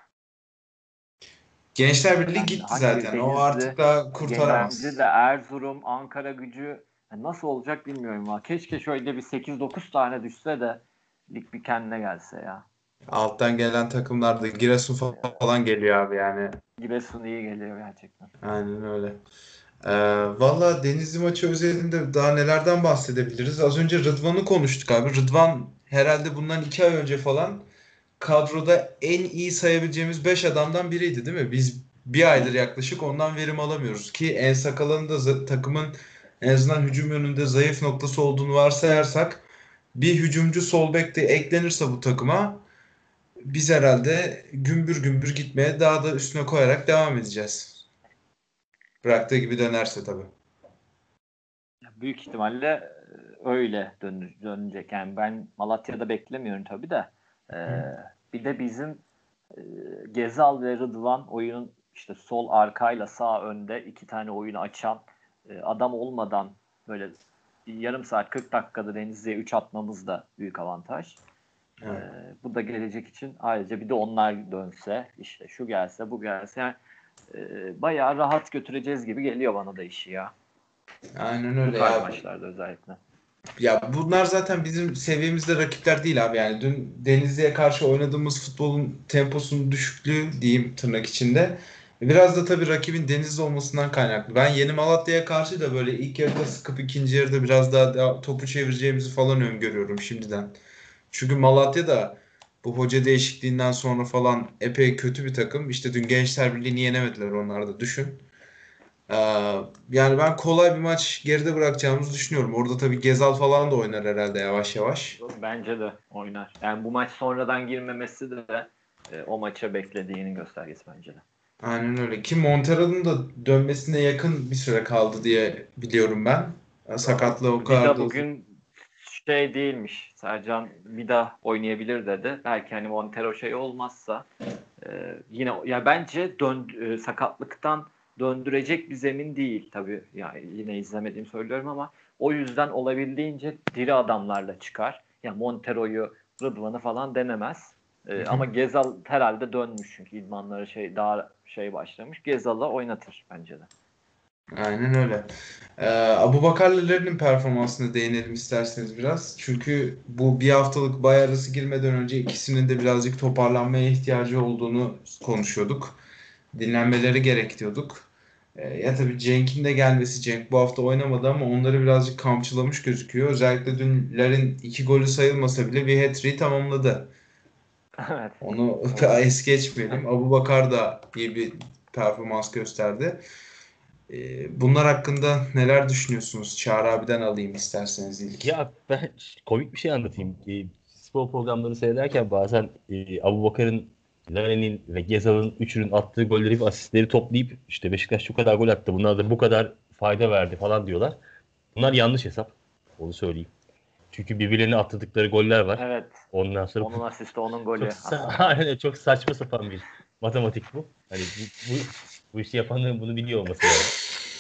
Gençler Birliği Yani gitti hangi zaten. O artık Denizli, daha Gençler'de kurtaramaz. de Erzurum, Ankara Gücü yani nasıl olacak bilmiyorum ya. Keşke şöyle bir sekiz dokuz tane düşse de lig bir kendine gelse ya. Alttan gelen takımlar da Giresun falan geliyor abi yani. Giresun iyi geliyor gerçekten. Aynen öyle. Ee, valla Denizli maçı özelinde daha nelerden bahsedebiliriz? Az önce Rıdvan'ı konuştuk abi. Rıdvan herhalde bundan iki ay önce falan kadroda en iyi sayabileceğimiz beş adamdan biriydi değil mi? Biz bir aydır yaklaşık ondan verim alamıyoruz ki En Sakal'ın da za- takımın en azından hücum yönünde zayıf noktası olduğunu varsayarsak bir hücumcu sol bek de eklenirse bu takıma biz herhalde gümbür gümbür gitmeye daha da üstüne koyarak devam edeceğiz. Bıraktığı gibi dönerse tabii. Büyük ihtimalle e, öyle dön dönecek. Yani ben Malatya'da beklemiyorum tabii de. Ee, bir de bizim e, Gezal ve Rıdvan oyunun işte sol arkayla sağ önde iki tane oyunu açan e, adam olmadan böyle yarım saat kırk dakikada Denizli'ye üç atmamız da büyük avantaj. Ee, Evet. bu da gelecek için ayrıca bir de onlar dönse işte şu gelse bu gelse yani, e, bayağı rahat götüreceğiz gibi geliyor bana da işi ya. Aynen Bu öyle tarz ya. maçlarda özellikle. Ya bunlar zaten bizim seviyemizde rakipler değil abi. Yani dün Denizli'ye karşı oynadığımız futbolun temposunun düşüklüğü diyeyim tırnak içinde. Biraz da tabii rakibin Denizli olmasından kaynaklı. Ben Yeni Malatya'ya karşı da böyle ilk yarıda sıkıp ikinci yarıda biraz daha, daha topu çevireceğimizi falan öngörüyorum şimdiden. Çünkü Malatya da bu hoca değişikliğinden sonra falan epey kötü bir takım. İşte dün Gençler Birliği'ni yenemediler onlar da düşün. Ee, yani ben kolay bir maç geride bırakacağımızı düşünüyorum. Orada tabii Gezal falan da oynar herhalde yavaş yavaş. Bence de oynar. Yani bu maç sonradan girmemesi de e, o maça beklediğinin göstergesi bence de. Aynen öyle. Ki Montero'nun da dönmesine yakın bir süre kaldı diye biliyorum ben. Sakatlığı o kadar Vida da uzun. bugün şey değilmiş. Sercan Vida oynayabilir dedi. Belki hani Montero şey olmazsa e, yine ya bence dön, e, sakatlıktan döndürecek bir zemin değil tabii. Yani yine izlemediğim söylüyorum ama o yüzden olabildiğince diri adamlarla çıkar. Ya Montero'yu, Rıdvan'ı falan denemez. Hı E, hı. ama Gezal herhalde dönmüş çünkü idmanları şey daha şey başlamış. Gezal'ı oynatır bence de. Aynen öyle. Ee, Abubakar'ların performansına değinelim isterseniz biraz. Çünkü bu bir haftalık bay arası girmeden önce ikisinin de birazcık toparlanmaya ihtiyacı olduğunu konuşuyorduk. Dinlenmeleri gerek diyorduk. Ee, ya tabii Cenk'in de gelmesi, Cenk bu hafta oynamadı ama onları birazcık kamçılamış gözüküyor. Özellikle dünlerin iki golü sayılmasa bile bir hat-trick'i tamamladı. Evet. Onu O es geçmeyelim. Abubakar da iyi bir performans gösterdi. Ee, bunlar hakkında neler düşünüyorsunuz? Çağrı abiden alayım isterseniz ilk. Ya ben komik bir şey anlatayım. E, spor programlarını seyrederken bazen e, Abubakar'ın, Larin'in ve Gezal'ın üçünün attığı golleri ve asistleri toplayıp işte Beşiktaş şu kadar gol attı. Bunlar da bu kadar fayda verdi falan diyorlar. Bunlar yanlış hesap. Onu söyleyeyim. Çünkü birbirlerine atladıkları goller var. evet. Ondan sonra Onun asisti, onun çok golü sa- aslında. aynen, çok saçma sapan bir matematik bu. Hani bu, bu, bu işi yapanların bunu biliyor olması lazım.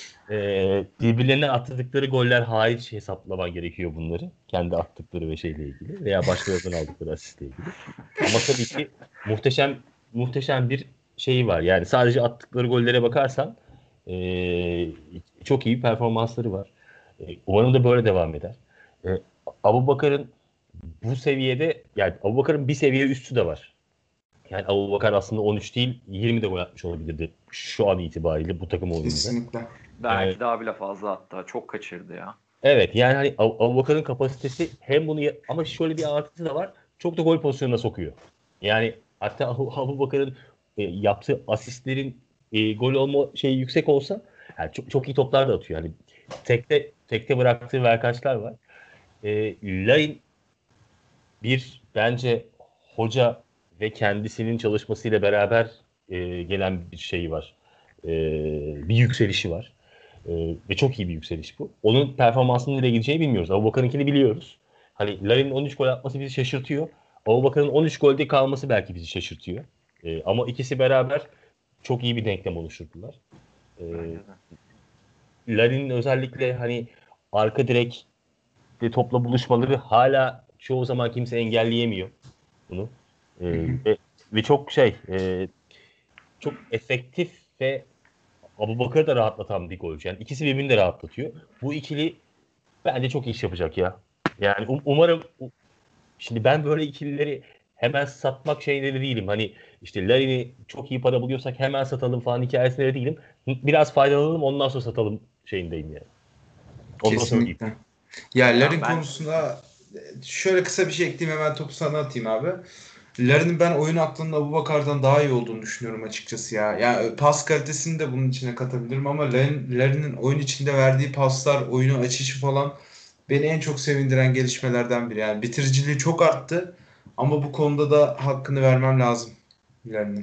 Ee, birbirlerine attıkları goller hariç hesaplaman gerekiyor bunları. Kendi attıkları ve şeyle ilgili veya başkalarından aldıkları asistle ilgili. Ama tabii ki muhteşem muhteşem bir şeyi var. Yani sadece attıkları gollere bakarsan e, çok iyi bir performansları var. E, umarım da böyle devam eder. E, Abubakar'ın bu seviyede yani Abubakar'ın bir seviye üstü de var. Yani Abubakar aslında on üç değil yirmi de gol atmış olabilirdi şu an itibariyle bu takım oyununda. Kesinlikle. E, Belki daha bile fazla hatta. Çok kaçırdı ya. evet yani hani Abu- Abubakar'ın kapasitesi hem bunu ya- ama şöyle bir artısı da var. Çok da gol pozisyonuna sokuyor. Yani hatta Abu Abubakar'ın e, yaptığı asistlerin e, gol olma şeyi yüksek olsa yani çok, çok iyi toplar da atıyor. Yani tekte tekte bıraktığı verkaçlar var. E, Larin bir bence hoca ve kendisinin çalışmasıyla beraber e, gelen bir şey var. E, bir yükselişi var. E, ve çok iyi bir yükseliş bu. Onun performansının nereye gideceğini bilmiyoruz. Abubakar'ınkini biliyoruz. Hani Larin'in on üç gol atması bizi şaşırtıyor. Abubakar'ın on üç golde kalması belki bizi şaşırtıyor. E, ama ikisi beraber çok iyi bir denklem oluşturdular. E, Bence de. Larin'in özellikle hani arka direkte topla buluşmaları hala çoğu zaman kimse engelleyemiyor bunu. Hı Ee, hı. ve, ve çok şey e, çok efektif ve Abubakar'ı da rahatlatan bir golcü. Yani ikisi birbirini de rahatlatıyor. Bu ikili bence çok iş yapacak ya. Yani um- umarım şimdi ben böyle ikilileri hemen satmak şeyleri değilim. Hani işte Larin'i çok iyi para buluyorsak hemen satalım falan hikayesinde değilim. Biraz faydalanalım ondan sonra satalım şeyindeyim yani. Ondan söyleyeyim. Kesinlikle. Ya Yerlerin ben konusunda şöyle kısa bir şey ekleyeyim, hemen topu sana atayım abi. Larin'in ben oyun aklının Abubakar'dan daha iyi olduğunu düşünüyorum açıkçası ya. Yani pas kalitesini de bunun içine katabilirim ama Larin- Larin'in oyun içinde verdiği paslar, oyunu açışı falan beni en çok sevindiren gelişmelerden biri. Yani bitiriciliği çok arttı ama bu konuda da hakkını vermem lazım Larin'in.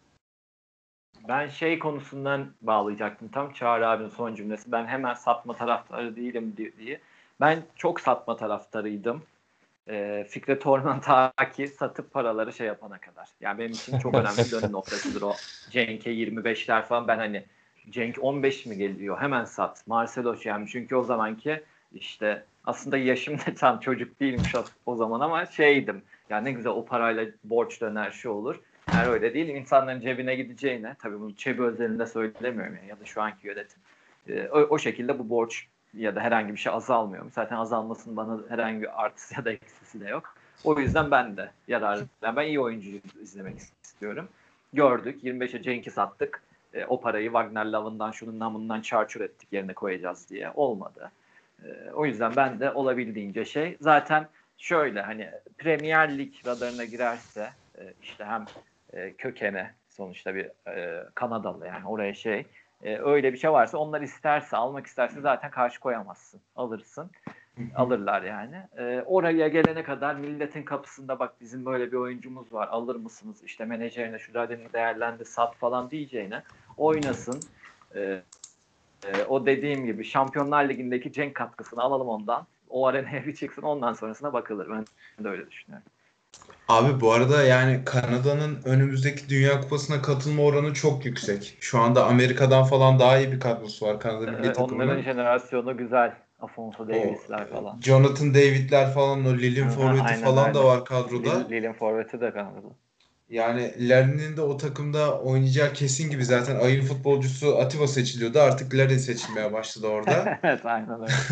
ben şey konusundan bağlayacaktım. Tam Çağrı abinin son cümlesi. Ben hemen satma taraftarı değilim di- diye. Ben çok satma taraftarıydım. E, Fikret Orman ta ki satıp paraları şey yapana kadar. Yani benim için çok önemli bir dönüm noktasıdır o. Cenk'e yirmi beşler falan, ben hani Cenk on beş mi geliyor hemen sat. Marcelo yani, çünkü o zamanki işte aslında yaşım da tam çocuk değilmiş o, o zaman ama şeydim. Yani ne güzel o parayla borç döner şey olur. Eğer öyle değil, insanların cebine gideceğine, tabii bunu Çebi özelinde söylemiyorum yani, ya da şu anki yönetim. E, o, o şekilde bu borç ya da herhangi bir şey azalmıyor. Zaten azalmasının bana herhangi bir artısı ya da eksisi de yok. O yüzden ben de yararlı. Yani ben iyi oyuncu izlemek istiyorum. Gördük. yirmi beşe Cenk'i sattık. E, o parayı Wagner Love'ından şunundan bundan çarçur ettik, yerine koyacağız diye. Olmadı. E, o yüzden ben de olabildiğince şey. Zaten şöyle, hani Premier Lig radarına girerse e, işte hem e, kökene sonuçta bir e, Kanadalı, yani oraya şey e, öyle bir şey varsa, onlar isterse, almak isterse zaten karşı koyamazsın. Alırsın. Alırlar yani. E, oraya gelene kadar milletin kapısında bak bizim böyle bir oyuncumuz var, alır mısınız? İşte menajerine şu radarını değerlendi, sat falan diyeceğine oynasın. E, e, o dediğim gibi Şampiyonlar Ligi'ndeki Cenk katkısını alalım ondan. O arenaya bir çıksın, ondan sonrasına bakılır. Ben de öyle düşünüyorum. Abi bu arada yani Kanada'nın önümüzdeki Dünya Kupası'na katılma oranı çok yüksek. Şu anda Amerika'dan falan daha iyi bir kadrosu var Kanada milli E, onların takımının. jenerasyonu güzel. Afonso O Davies'ler falan. Jonathan David'ler falan, o Lille'in Aha, forveti aynen falan da öyle. var Lil- kadroda. Lille'in forveti de Kanadalı. Yani Larin'in de o takımda oynayacağı kesin gibi, zaten ayın futbolcusu Atiba seçiliyordu. Artık Larin seçilmeye başladı orada. Evet, aynen öyle.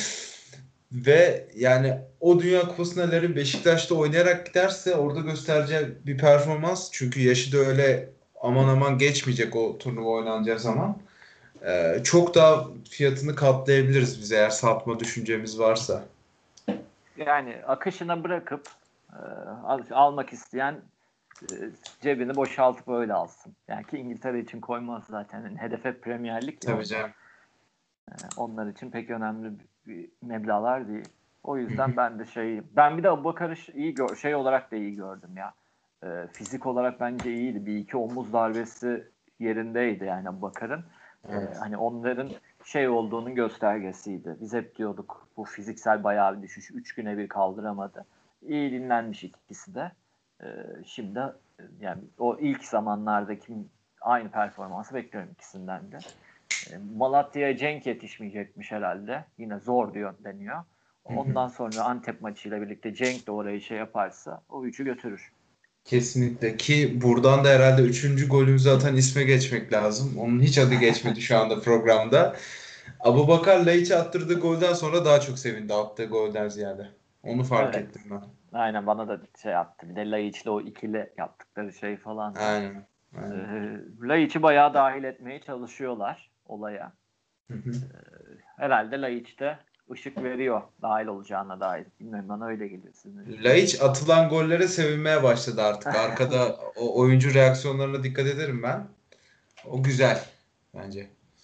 Ve yani o Dünya Kupası'na Larin Beşiktaş'ta oynayarak giderse orada göstereceği bir performans. Çünkü yaşı da öyle aman aman geçmeyecek o turnuva oynanacağı zaman. Ee, çok daha fiyatını katlayabiliriz biz eğer satma düşüncemiz varsa. Yani akışına bırakıp e, al- almak isteyen e, cebini boşaltıp öyle alsın. Yani ki İngiltere için koymaz zaten. Yani hedefe Premier Lig ya Tabii orada. canım. E, onlar için pek önemli bir, bir meblağlar değil. O yüzden ben de şey, ben bir de Abubakar'ı ş- iyi gör, şey olarak da iyi gördüm ya. E, fizik olarak bence iyiydi. Bir iki omuz darbesi yerindeydi yani Abubakar'ın. E, Evet. hani onların şey olduğunun göstergesiydi. Biz hep diyorduk bu fiziksel bayağı bir düşüş. Üç güne bir kaldıramadı. İyi dinlenmiş ikisi de. E, şimdi e, yani o ilk zamanlardaki aynı performansı bekliyorum ikisinden de. E, Malatya'ya Cenk yetişmeyecekmiş herhalde. Yine zor diyor deniyor. Ondan sonra Antep maçıyla birlikte Cenk de orayı şey yaparsa o üçü götürür. Kesinlikle ki buradan da herhalde üçüncü golümüzü atan isme geçmek lazım. Onun hiç adı geçmedi şu anda programda. Abubakar Laiç'e attırdığı golden sonra daha çok sevindi attığı golden ziyade. Onu fark Evet. ettim ben. Aynen bana da şey yaptı. Bir de Laiç'le o ikili yaptıkları şey falan da. Aynen. Ee, Aynen. Laiç'i bayağı dahil etmeye çalışıyorlar olaya. Hı hı. Herhalde Laiç de ışık veriyor dahil olacağına dair. Bilmiyorum, bana öyle geliyor. Sizin ne Laiç düşünüyorsunuz? atılan gollere sevinmeye başladı artık. Arkada o oyuncu reaksiyonlarına dikkat ederim ben. O güzel bence.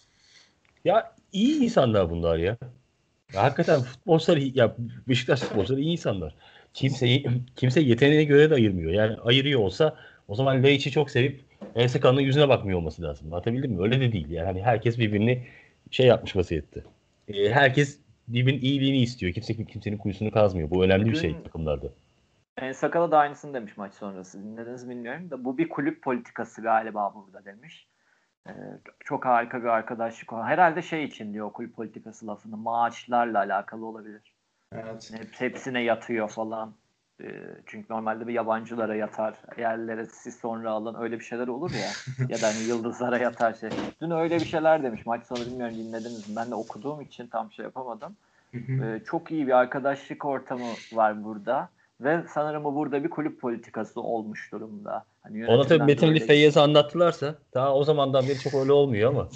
Ya iyi insanlar bunlar ya. Ya hakikaten futbolcular iyi- ya Beşiktaş futbolcuları iyi insanlar. Kimseyi kimse yeteneğine göre de ayırmıyor. Yani ayırıyor olsa o zaman Laiç'i çok sevip Ense Kanı'nın yüzüne bakmıyor olması lazım. Anlatabildim mi? Öyle de değil. Yani hani herkes birbirini şey yapmış vaziyette. Ee, herkes birbirinin iyiliğini istiyor. Kimse kimsenin kuyusunu kazmıyor. Bu önemli bir şey Dün takımlarda. En Sakala da aynısını demiş maç sonrası. Dinlediniz mi bilmiyorum da bu bir kulüp politikası galiba burada demiş. Ee, çok harika bir arkadaşlık. Herhalde şey için diyor kulüp politikası lafını. Maaşlarla alakalı olabilir. Evet. Hep, hepsine yatıyor falan. Ee, çünkü normalde bir yabancılara yatar. Yerlere siz sonra alın. Öyle bir şeyler olur ya. Ya da hani yıldızlara yatar şey. Dün öyle bir şeyler demiş. Maç sonu bilmiyorum dinlediniz mi? Ben de okuduğum için tam şey yapamadım. Hı hı. Ee, çok iyi bir arkadaşlık ortamı var burada. Ve sanırım bu burada bir kulüp politikası olmuş durumda. Hani Ona tabii yönetimden de Metin Ali öyle Feyyaz'ı geliyor. anlattılarsa daha o zamandan beri çok öyle olmuyor ama.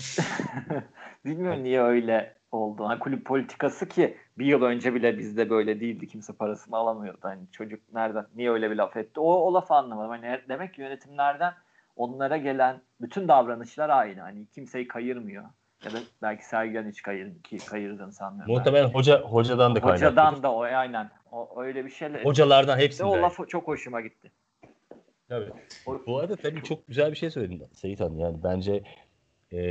Bilmiyorum niye öyle oldu. Hani kulüp politikası ki bir yıl önce bile bizde böyle değildi. Kimse parasını alamıyordu. Hani çocuk nereden, niye öyle bir laf etti? O, o lafı anlamadım. Hani demek ki yönetimlerden onlara gelen bütün davranışlar aynı. Hani kimseyi kayırmıyor. Ya da belki Sergen hiç kayır, ki kayırdığını sanmıyorum Muhtemelen belki. hoca hocadan da kaynaklıdır. Hocadan da o aynen. O, öyle bir şeyle Hocalardan de o hepsinden. laf çok hoşuma gitti. Tabii. O, Bu arada tabii çok, çok güzel bir şey söyledin Seyit Han. Yani bence e,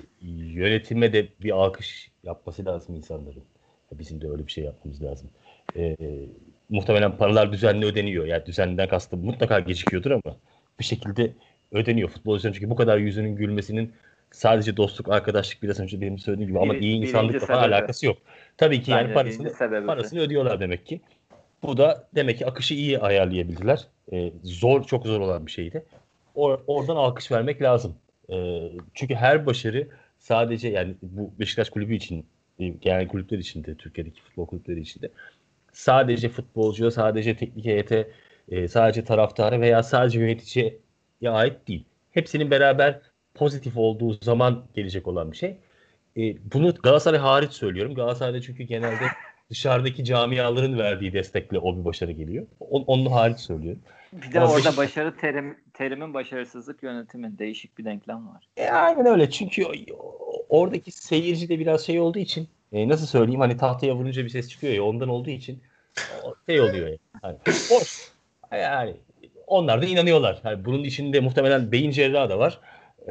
yönetime de bir alkış yapması lazım insanların. Bizim de öyle bir şey yapmamız lazım. E, muhtemelen paralar düzenli ödeniyor. Yani düzenliden kastım mutlaka gecikiyordur ama bir şekilde ödeniyor. Futbolcuların çünkü bu kadar yüzünün gülmesinin sadece dostluk, arkadaşlık biraz önce benim söylediğim gibi ama bir, iyi birinci insanlıkla falan sebebi. alakası yok. Tabii ki yani Bence birinci parasını sebebi. parasını ödüyorlar demek ki. Bu da demek ki akışı iyi ayarlayabildiler. Ee, zor, çok zor olan bir şeydi. Or- oradan alkış vermek lazım. Ee, çünkü her başarı sadece yani bu Beşiktaş kulübü için, e, genel kulüpler için de, Türkiye'deki futbol kulüpleri için de sadece futbolcuya, sadece teknik heyete, e, sadece taraftara veya sadece yöneticiye ait değil. Hepsinin beraber pozitif olduğu zaman gelecek olan bir şey. E, bunu Galatasaray hariç söylüyorum. Galatasaray'da çünkü genelde dışarıdaki camiaların verdiği destekle o bir başarı geliyor. On, onun hariç söylüyorum. Bir de Ama orada Beşiktaş başarı terim, terimin başarısızlık yönetimi değişik bir denklem var. e, aynen öyle. Çünkü o- o- oradaki seyirci de biraz şey olduğu için e, nasıl söyleyeyim hani tahtaya vurunca bir ses çıkıyor ya ondan olduğu için o şey oluyor yani. Hani boş. Yani onlar da inanıyorlar. Hani bunun içinde muhtemelen beyin cerrahı da var.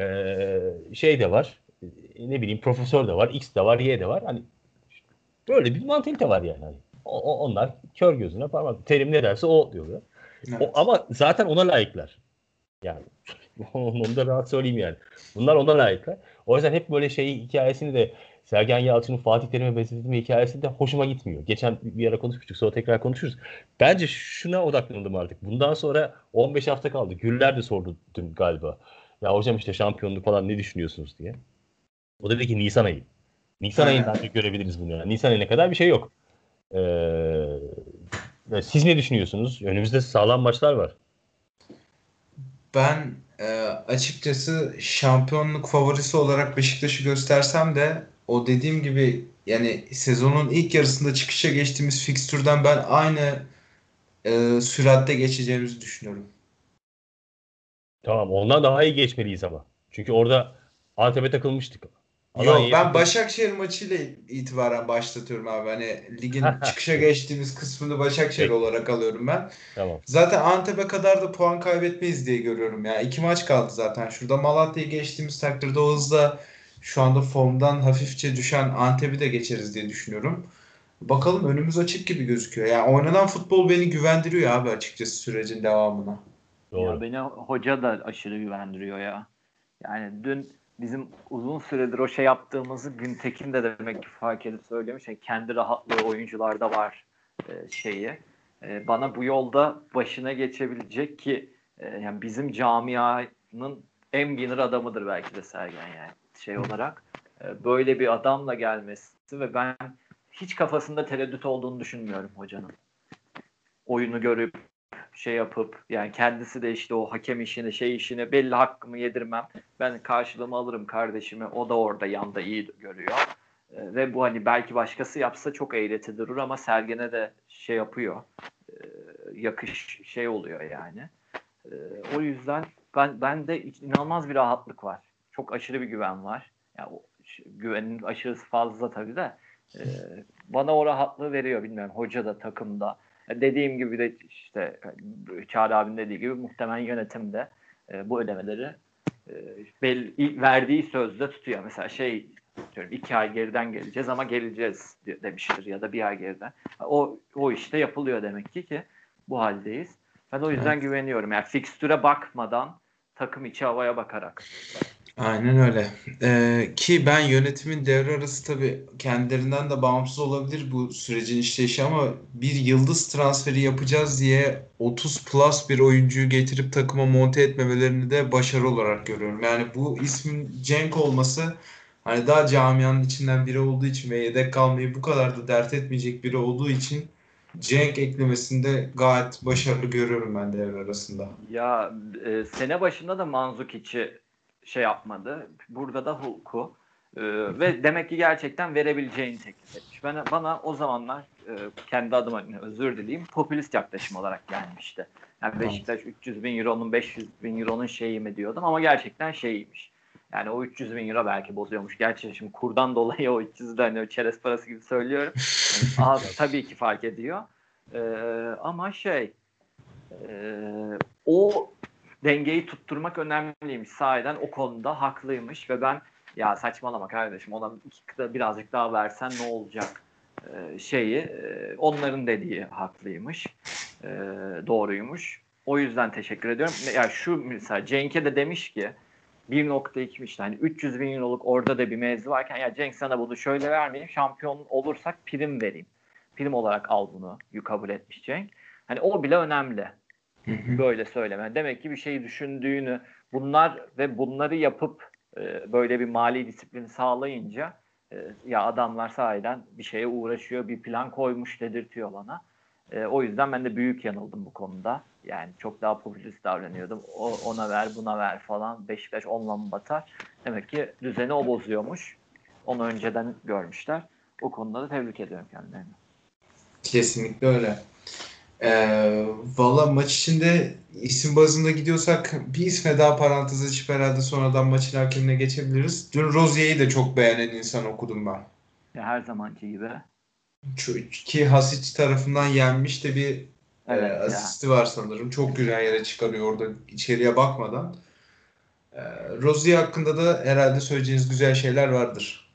E, şey de var. E, ne bileyim profesör de var. X de var. Y de var. Hani böyle bir mantalite var yani. Hani o, o- onlar kör gözüne parmak. Terim ne derse o diyorlar. O, Evet. ama zaten ona layıklar. Yani onu da rahat söyleyeyim yani. Bunlar ona layıklar. O yüzden hep böyle şey hikayesini de Sergen Yalçın'ın Fatih Terim'e benzetme hikayesi de hoşuma gitmiyor. Geçen bir ara konuşmuştuk sonra tekrar konuşuruz. Bence şuna odaklandım artık. Bundan sonra on beş hafta kaldı. Güller de sordu dün galiba. Ya hocam işte şampiyonluk falan ne düşünüyorsunuz diye. O da dedi ki Nisan ayı. Nisan ayında Aynen. ancak görebiliriz bunu. Yani. Nisan ayına kadar bir şey yok. Ee, siz ne düşünüyorsunuz? Önümüzde sağlam maçlar var. Ben e, açıkçası şampiyonluk favorisi olarak Beşiktaş'ı göstersem de o dediğim gibi yani sezonun ilk yarısında çıkışa geçtiğimiz fikstürden ben aynı e, süratte geçeceğimizi düşünüyorum. Tamam ondan daha iyi geçmeliyiz ama. Çünkü orada Antep'e takılmıştık. Yok Alanya'ya ben takıldık. Başakşehir maçıyla itibaren başlatıyorum abi. Hani ligin çıkışa geçtiğimiz kısmını Başakşehir Peki olarak alıyorum ben. tamam. Zaten Antep'e kadar da puan kaybetmeyiz diye görüyorum ya. İki maç kaldı zaten. Şurada Malatya'yı geçtiğimiz takdirde o hızla şu anda formdan hafifçe düşen Antep'i de geçeriz diye düşünüyorum. Bakalım önümüz açık gibi gözüküyor. Yani oynanan futbol beni güvendiriyor abi açıkçası sürecin devamına. Ya Doğru. beni hoca da aşırı güvendiriyor ya. Yani dün bizim uzun süredir o şey yaptığımızı Güntekin de demek ki fark edip söylemiş. Yani kendi rahatlığı oyuncularda var e, şeyi. E, bana bu yolda başına geçebilecek ki e, yani bizim camianın en winner adamıdır belki de Sergen yani şey olarak. E, böyle bir adamla gelmesi ve ben hiç kafasında tereddüt olduğunu düşünmüyorum hocanın. Oyunu görüp şey yapıp yani kendisi de işte o hakem işini şey işini belli hakkımı yedirmem. Ben karşılığımı alırım kardeşimi. O da orada yanda iyi görüyor. E, ve bu hani belki başkası yapsa çok eğreti durur ama Sergen'e de şey yapıyor. E, yakış şey oluyor yani. E, o yüzden ben ben de inanılmaz bir rahatlık var. Çok aşırı bir güven var. Yani o, güvenin aşırısı fazla tabii de e, bana o rahatlığı veriyor bilmiyorum. Hoca da takımda. Dediğim gibi de işte Çağrı abinin dediği gibi muhtemelen yönetimde e, bu ödemeleri e, belli, verdiği sözde tutuyor. Mesela şey diyorum iki ay geriden geleceğiz ama geleceğiz demiştir ya da bir ay geriden. O o işte yapılıyor demek ki ki bu haldeyiz. Ben o yüzden Evet. güveniyorum. Yani fikstüre bakmadan takım içi havaya bakarak. Aynen öyle. Ee, ki ben yönetimin devre arası tabii kendilerinden de bağımsız olabilir bu sürecin işleyişi ama bir yıldız transferi yapacağız diye otuz plus bir oyuncuyu getirip takıma monte etmemelerini de başarı olarak görüyorum. Yani bu ismin Cenk olması hani daha camianın içinden biri olduğu için ve yedek kalmayı bu kadar da dert etmeyecek biri olduğu için Cenk eklemesinde gayet başarılı görüyorum ben devre arasında. Ya e, sene başında da Manzukic'i şey yapmadı. Burada da Hulk'u. E, ve demek ki gerçekten verebileceğini teklif etmiş. Ben, bana o zamanlar e, kendi adıma özür dileyim popülist yaklaşım olarak gelmişti. Yani Beşiktaş üç yüz bin euronun beş yüz bin euronun şeyi mi diyordum ama gerçekten şeyiymiş. Yani o üç yüz bin euro belki bozuyormuş. Gerçi şimdi kurdan dolayı o üç yüzü de hani çerez parası gibi söylüyorum. Yani az tabii ki fark ediyor. E, ama şey Ee, o dengeyi tutturmak önemliymiş. Sahiden o konuda haklıymış ve ben ya saçmalama kardeşim ona iki, birazcık daha versen ne olacak ee, şeyi e, onların dediği haklıymış. Ee, doğruymuş. O yüzden teşekkür ediyorum. Ya yani şu mesela Cenk'e de demiş ki bir nokta iki işte hani üç yüz bin euroluk orada da bir mevzu varken ya Cenk sana bunu şöyle vermeyeyim şampiyon olursak prim vereyim. Prim olarak al bunu kabul etmiş Cenk. Hani o bile önemli. Hı hı. Böyle söyleme. Demek ki bir şeyi düşündüğünü bunlar ve bunları yapıp e, böyle bir mali disiplini sağlayınca e, ya adamlar sahiden bir şeye uğraşıyor, bir plan koymuş dedirtiyor bana. E, o yüzden ben de büyük yanıldım bu konuda. Yani çok daha popülist davranıyordum. O, ona ver, buna ver falan. Beşiktaş onunla mı batar? Demek ki düzeni o bozuyormuş. Onu önceden görmüşler. O konuda da tebrik ediyorum kendilerini. Kesinlikle öyle. Ee, valla maç içinde isim bazında gidiyorsak bir isme daha parantez açıp herhalde sonradan maçın hakemine geçebiliriz. Dün Rozier'i de çok beğenen insan okudum ben. Ya her zamanki gibi. Şu- Ki Hasic tarafından yenmiş de bir e, Evet ya. asisti var sanırım. Çok güzel yere çıkarıyor orada içeriye bakmadan. Ee, Rozier hakkında da herhalde söyleyeceğiniz güzel şeyler vardır.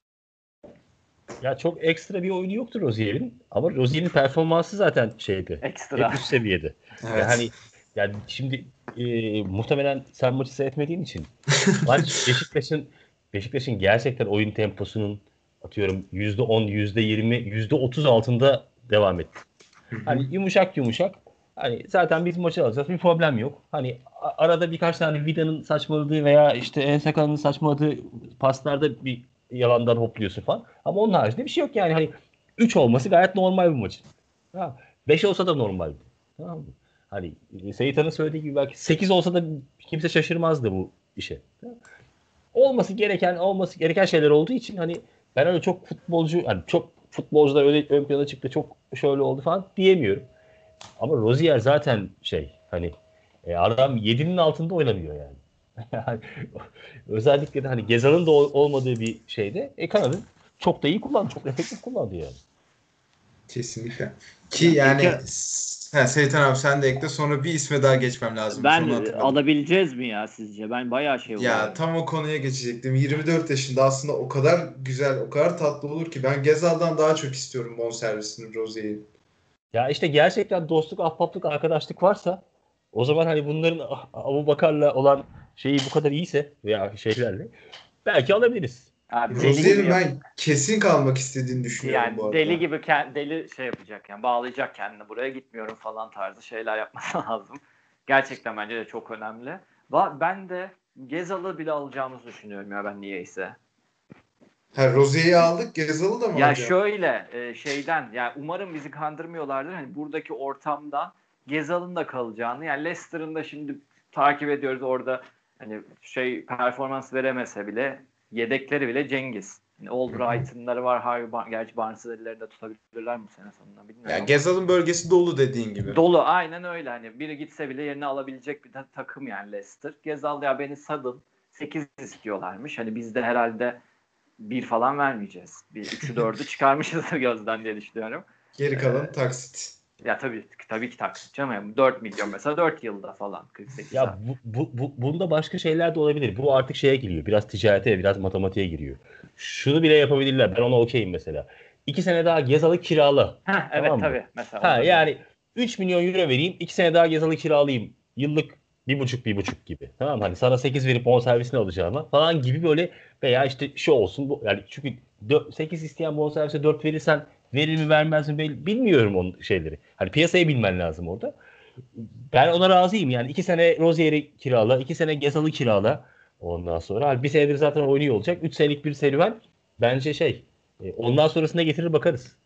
Ya çok ekstra bir oyunu yoktur Rozier'in ama Rozier'in performansı zaten şeydi. Ekstra. Hep üst seviyede. Evet. Yani yani şimdi e, muhtemelen sen maçı seyretmediğin için maç Beşiktaş'ın Beşiktaş'ın gerçekten oyun temposunun atıyorum yüzde on, yüzde yirmi, yüzde otuz altında devam etti. Hı hı. Hani yumuşak yumuşak. Hani zaten biz maçı alacağız. Bir problem yok. Hani a- arada birkaç tane Vida'nın saçmaladığı veya işte Ensakala'nın saçmaladığı paslarda bir yalandan hopluyorsun falan. Ama onun haricinde bir şey yok yani. Hani üç olması gayet normal bir maçın. Ha, beş olsa da normal. Tamam mı? Hani Seyithan'ın söylediği gibi belki sekiz olsa da kimse şaşırmazdı bu işe. Olması gereken olması gereken şeyler olduğu için hani ben öyle çok futbolcu hani çok futbolcular öyle ön plana çıktı çok şöyle oldu falan diyemiyorum. Ama Rozier zaten şey hani e, adam yedinin altında oynamıyor yani. Yani özellikle de hani Gezal'ın da ol- olmadığı bir şeyde e, kanadı çok da iyi kullandı. Çok efektif kullandı yani. Kesinlikle. Ki Ya peki yani ha, Seyiten abi sen de ekle sonra bir isme daha geçmem lazımmış. Onu ben hatırladım. alabileceğiz mi ya sizce? Ben bayağı şey Ya oluyorum. tam o konuya geçecektim. yirmi dört yaşında aslında o kadar güzel, o kadar tatlı olur ki ben Gezal'dan daha çok istiyorum bonservisini Rozier'i. Ya işte gerçekten dostluk, ahbaplık, arkadaşlık varsa o zaman hani bunların Abu Bakar'la olan şeyi bu kadar iyiyse veya şeylerle belki alabiliriz. Abi deli gibi Rozier'in yap ben kesin kalmak istediğini düşünüyorum bu yani deli arada. gibi ke- deli şey yapacak yani bağlayacak kendini buraya gitmiyorum falan tarzı şeyler yapması lazım. Gerçekten bence de çok önemli. Va- Ben de Gezal'ı bile alacağımızı düşünüyorum ya ben niyeyse. Ha, Rozier'i aldık. Gezal'ı da mı Ya alacağım? şöyle e, şeyden yani umarım bizi kandırmıyorlardır. Hani buradaki ortamda Gezal'ın da kalacağını yani Leicester'ın da şimdi takip ediyoruz orada hani şey performans veremese bile yedekleri bile Cengiz. Yani Albright'ınları var. Harvey Bar- gerçi Barnes'ı ellerinde tutabilirler mi bu sene sonunda bilmiyorum Ya ama. Gezal'ın bölgesi dolu dediğin gibi. Dolu aynen öyle hani biri gitse bile yerine alabilecek bir ta- takım yani Leicester. Gezal ya beni sadın sekiz istiyorlarmış. Hani biz de herhalde bir falan vermeyeceğiz. Bir üçü dördü çıkarmışız gözden diye düşünüyorum. Geri Ee, kalan taksit. Ya tabii tabii ki taksit canım. Yani dört milyon mesela dört yılda falan kırk sekiz ay. Ya bu, bu, bu, bunda başka şeyler de olabilir. Bu artık şeye giriyor. Biraz ticarete, biraz matematiğe giriyor. Şunu bile yapabilirler. Ben ona okeyim mesela. İki sene daha Gezal'ı kirala. Heh, evet Tamam mı? tabii mesela Ha olabilir. yani üç milyon euro vereyim. iki sene daha Gezal'ı kiralayayım. Yıllık bir buçuk bir buçuk gibi. Tamam mı? Hani sana sekiz verip bonservisini alacağıma falan gibi böyle veya işte şu olsun. Bu, yani çünkü sekiz isteyen bonservise dört verirsen verir mi vermez mi bil- bilmiyorum onun şeyleri. Hani piyasayı bilmen lazım orada. Ben ona razıyım yani. iki sene Rozier'i kirala, iki sene Gezal'ı kirala. Ondan sonra hani bir senedir zaten oynuyor olacak. Üç senelik bir serüven bence şey. e, Ondan sonrasında getirir bakarız.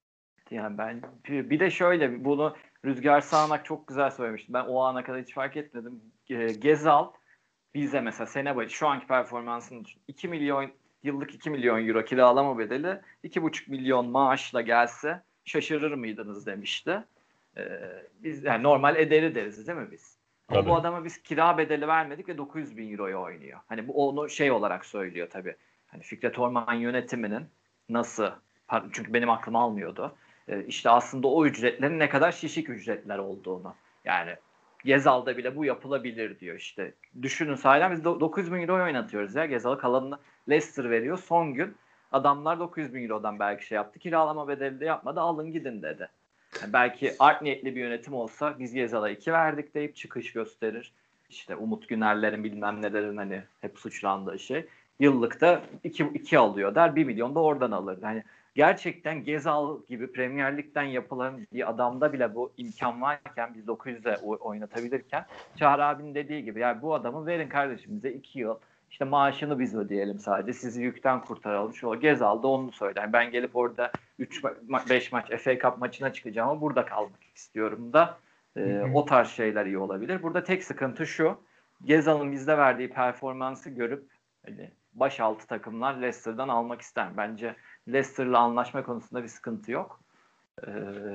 Yani ben bir de şöyle bunu Rüzgar Sağanak çok güzel söylemişti. Ben o ana kadar hiç fark etmedim. Ee, Gezal bize mesela sene başı şu anki performansını düşün. iki milyon yıllık iki milyon euro kiralama bedeli iki buçuk milyon maaşla gelse şaşırır mıydınız demişti. Ee, Biz yani normal ederi deriz değil mi biz? Ama bu Tabii. adama biz kira bedeli vermedik ve dokuz yüz bin euroya oynuyor. Hani bu onu şey olarak söylüyor tabii. Hani Fikret Orman yönetiminin nasıl çünkü benim aklım almıyordu. Ee, işte aslında o ücretlerin ne kadar şişik ücretler olduğunu. Yani Gezal'da bile bu yapılabilir diyor işte. Düşünün sahiden biz dokuz yüz bin euro oynatıyoruz ya. Gezal kalanını Leicester veriyor. Son gün adamlar dokuz yüz bin eurodan belki şey yaptı. Kiralama bedeli de yapmadı. Alın gidin dedi. Yani belki art niyetli bir yönetim olsa biz Gezal'a iki verdik deyip çıkış gösterir. İşte Umut Güner'lerin bilmem nelerin hani hep suçlandığı şey. Yıllıkta iki, iki alıyor der. Bir milyon da oradan alır. Yani gerçekten Gezal gibi Premier Lig'den yapılan bir adamda bile bu imkan varken biz dokuz yüze oynatabilirken Çağrı abinin dediği gibi yani bu adamı verin kardeşim bize iki yıl işte maaşını biz ödeyelim sadece sizi yükten kurtaralım. Şu Gezal da onu söyler. Ben gelip orada üç beş maç F A Cup maçına çıkacağım ama burada kalmak istiyorum da e, o tarz şeyler iyi olabilir. Burada tek sıkıntı şu. Gezal'ın bizde verdiği performansı görüp hani baş altı takımlar Leicester'dan almak ister. Bence Leicester'la anlaşma konusunda bir sıkıntı yok. Ee,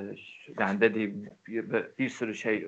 Yani dediğim bir, bir sürü şey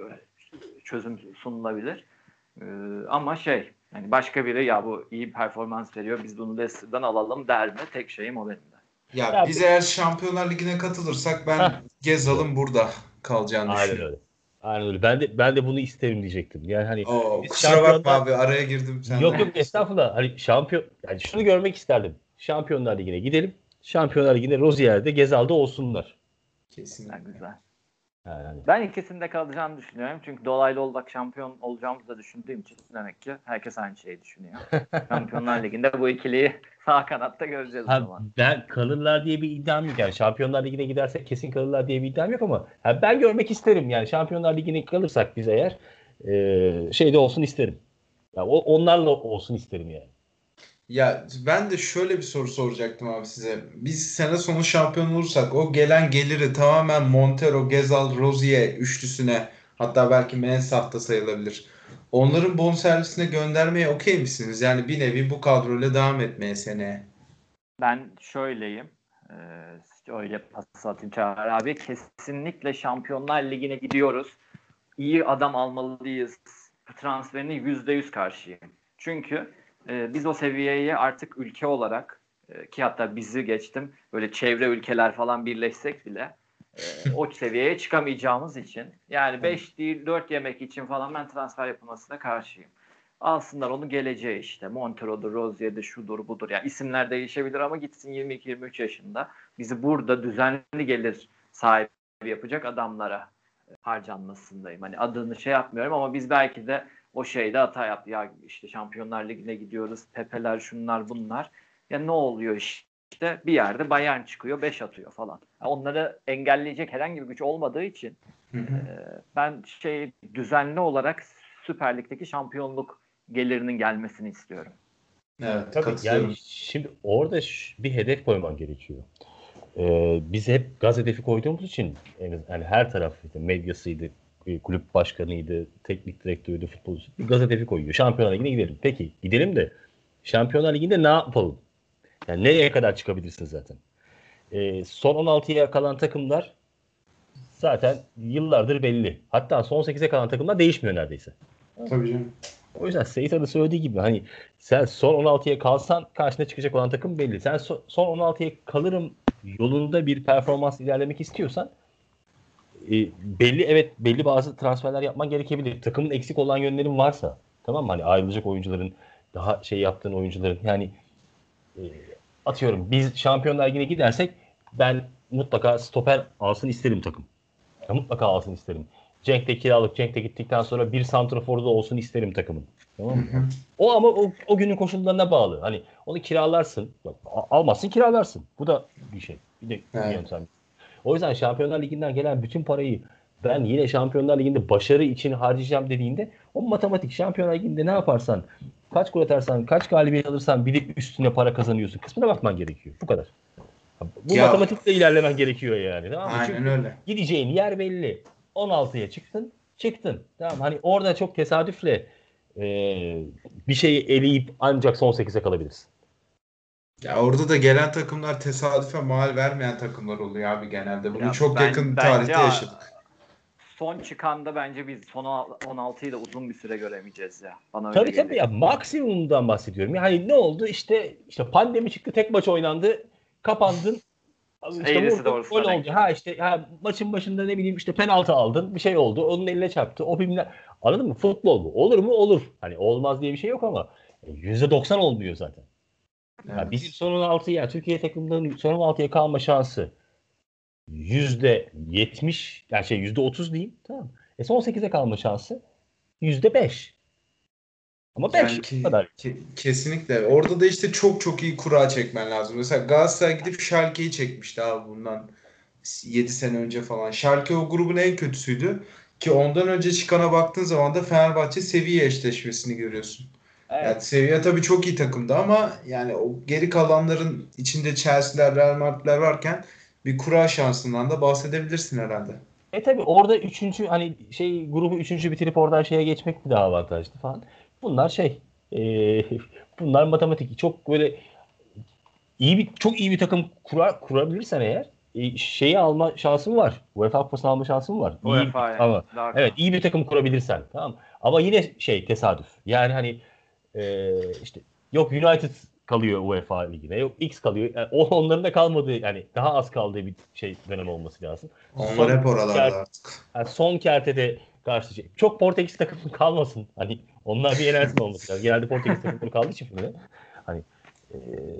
çözüm sunulabilir. Ee, Ama şey yani başka biri ya bu iyi performans veriyor biz bunu Leicester'dan alalım der mi? Tek şeyim o benim de. Ya Ya biz bu, eğer Şampiyonlar Ligi'ne katılırsak ben heh, işte. Gezal'ın burada kalacağını Aynen düşünüyorum. öyle. Aynen öyle. Ben de ben de bunu isterim diyecektim. Yani hani Oo, biz kusura bakma şampiyonlar abi araya girdim sen yok de. yok estağfurullah. Hani şampiyon yani şunu görmek isterdim. Şampiyonlar Ligi'ne gidelim. Şampiyonlar Ligi'nde Rozier'de Gezal'da olsunlar. Güzel Kesinlikle. güzel. Yani hani Ben ikisinde kalacağını düşünüyorum. Çünkü dolaylı olarak şampiyon olacağımızı da düşündüğüm için demek ki herkes aynı şeyi düşünüyor. Şampiyonlar Ligi'nde bu ikiliyi sağ kanatta göreceğiz o ha, zaman. ben kalırlar diye bir iddiam yok. Yani Şampiyonlar Ligi'ne gidersek kesin kalırlar diye bir iddiam yok ama ha, ben görmek isterim. Yani Şampiyonlar Ligi'ne kalırsak biz eğer e, şeyde olsun isterim. Ya, o, onlarla olsun isterim yani. Ya ben de şöyle bir soru soracaktım abi size. Biz sene sonu şampiyon olursak o gelen geliri tamamen Montero, Gezal, Rozier üçlüsüne hatta belki Mensah da sayılabilir. Onların bonservisine göndermeye okey misiniz? Yani bir nevi bu kadroyla devam etmeye seneye. Ben şöyleyim. Ee, öyle pas atayım Çağrı abi. Kesinlikle Şampiyonlar Ligi'ne gidiyoruz. İyi adam almalıyız. Transferine yüzde yüz karşıyım. Çünkü e, biz o seviyeye artık ülke olarak e, ki hatta bizi geçtim böyle çevre ülkeler falan birleşsek bile e, o seviyeye çıkamayacağımız için yani Evet. beş değil dört yemek için falan ben transfer yapılmasına karşıyım. Alsınlar onu geleceği işte. Montero'dur, Rozier'dir, şudur budur. Yani isimler değişebilir ama gitsin yirmi iki yirmi üç yaşında. Bizi burada düzenli gelir sahibi yapacak adamlara harcanmasındayım. Hani adını şey yapmıyorum ama biz belki de o şeyde hata yaptı. Ya işte Şampiyonlar Ligi'ne gidiyoruz. Pepe'ler şunlar bunlar. Ya ne oluyor işte? işte bir yerde Bayern çıkıyor beş atıyor falan. Onları engelleyecek herhangi bir güç olmadığı için Hı hı. e, ben şey düzenli olarak Süper Lig'deki şampiyonluk gelirinin gelmesini istiyorum. Evet, Tabii yani katılıyorum. şimdi orada ş- bir hedef koyman gerekiyor. Ee, biz hep gaz hedefi koyduğumuz için yani, yani her taraf işte medyasıydı, e, kulüp başkanıydı, teknik direktörüydü, futbolcusu bir gaz hedefi koyuyor. Şampiyonlar Ligi'ne gidelim. Peki gidelim de Şampiyonlar Ligi'nde ne yapalım? Yani nereye kadar çıkabilirsin zaten? Ee, son on altıya kalan takımlar zaten yıllardır belli. Hatta son sekize kalan takımlar değişmiyor neredeyse. Tabii canım. O yüzden Seyit Arı söylediği gibi hani sen son on altıya kalsan karşına çıkacak olan takım belli. Sen so- son on altıya kalırım yolunda bir performans ilerlemek istiyorsan e, belli evet belli bazı transferler yapman gerekebilir. Takımın eksik olan yönlerin varsa tamam mı? Hani ayrılacak oyuncuların daha şey yaptığın oyuncuların yani e, atıyorum biz Şampiyonlar Ligi'ne gidersek ben mutlaka stoper alsın isterim takım. Ya mutlaka alsın isterim. Cenk de kiralık. Cenk de gittikten sonra bir santraforu da olsun isterim takımın. Hı Tamam mı? hı. O ama o, o günün koşullarına bağlı. Hani onu kiralarsın. Bak, a- almazsın kiralarsın. Bu da bir şey. Bir de bir Evet. yöntem. O yüzden Şampiyonlar Ligi'nden gelen bütün parayı ben yine Şampiyonlar Ligi'nde başarı için harcayacağım dediğinde o matematik Şampiyonlar Ligi'nde ne yaparsan kaç gol atarsan kaç galibiyet alırsan bir de üstüne para kazanıyorsun kısmına bakman gerekiyor. Bu kadar. Bu Ya matematikle ilerlemen gerekiyor yani. Tamam mı? aynen Çünkü öyle. gideceğin yer belli. on altıya çıktın, çıktın. Tamam hani orada çok tesadüfle e, bir şeyi eleyip ancak son sekize kalabilirsin. Ya orada da gelen takımlar tesadüfe mal vermeyen takımlar oluyor abi genelde. Bunu Ya çok ben yakın bence tarihte yaşadık. son çıkanda bence biz son on altıyı da uzun bir süre göremeyeceğiz ya. Bana öyle Tabii tabii geliyor. ya maksimumdan bahsediyorum. Yani ne oldu? İşte işte pandemi çıktı, tek maç oynandı, kapandın. İşte Eğrisi vurdun, gol doğrusuna denk oldu. geldi. Ha işte ha, maçın başında ne bileyim işte penaltı aldın, bir şey oldu. Onun eline çarptı. O bilmem. Anladın mı? Futbol bu. Olur mu? Olur. Hani olmaz diye bir şey yok ama yüzde doksan olmuyor zaten. Ya bizim Evet. son on altı ya Türkiye takımlarının son on altıya kalma şansı yüzde yetmiş yani şey yüzde otuz diyeyim. Tamam. E son sekize kalma şansı yüzde beş. Ama beş Yani bu ki, kadar. ki- kesinlikle. Orada da işte çok çok iyi kura çekmen lazım. Mesela Galatasaray gidip Schalke'yi çekmişti abi bundan yedi sene önce falan. Schalke o grubun en kötüsüydü. Ki ondan önce çıkana baktığın zaman da Fenerbahçe seviye eşleşmesini görüyorsun. Yani Evet. seviye tabii çok iyi takımdı ama yani o geri kalanların içinde Chelsea'ler, Real Madrid'ler varken bir kura şansından da bahsedebilirsin herhalde. E tabii orada üçüncü hani şey grubu üçüncü bitirip oradan şeye geçmek bir daha avantajlı falan. Bunlar şey e, bunlar matematik. Çok böyle iyi bir çok iyi bir takım kurar, kurabilirsen eğer e, şeyi alma şansın var. UEFA Kupası'nı alma şansın var. İyi bir, UEFA'ya ama daha evet kolay. iyi bir takım kurabilirsen tamam. Ama yine şey tesadüf. Yani hani e, işte yok United kalıyor UEFA ligine. Yok X kalıyor. Yani o onların da kalmadığı yani daha az kaldığı bir şey dönem olması lazım. Onlar Son hep oralarda artık. yani son kertede karşılayacak. Çok Portekiz takımı kalmasın. Hani onlar bir elensin olması lazım. Genelde Portekiz takımları kaldığı için finale. Hani e,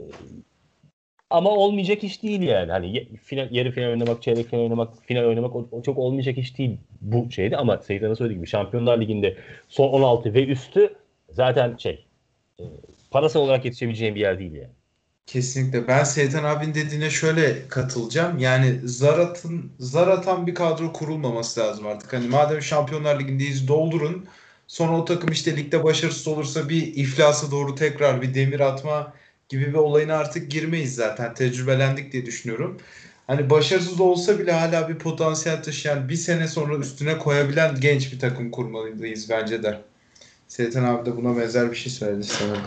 ama olmayacak iş değil yani. Hani ye- final, yarı final oynamak, çeyrek final oynamak, final oynamak o, o çok olmayacak iş değil bu şeyde. Ama Seyit'e söylediği gibi Şampiyonlar Ligi'nde son on altı ve üstü zaten şey e, parasal olarak yetişebileceğin bir yer değil yani. Kesinlikle. Ben Seytan abinin dediğine şöyle katılacağım. Yani zar atın, zar atan bir kadro kurulmaması lazım artık. Hani madem Şampiyonlar Ligi'ndeyiz doldurun. Sonra o takım işte ligde başarısız olursa bir iflasa doğru tekrar bir demir atma gibi bir olayına artık girmeyiz zaten. Tecrübelendik diye düşünüyorum. Hani başarısız olsa bile hala bir potansiyel taşıyan bir sene sonra üstüne koyabilen genç bir takım kurmalıyız bence de. Seytan abi de buna benzer bir şey söyledi sanırım.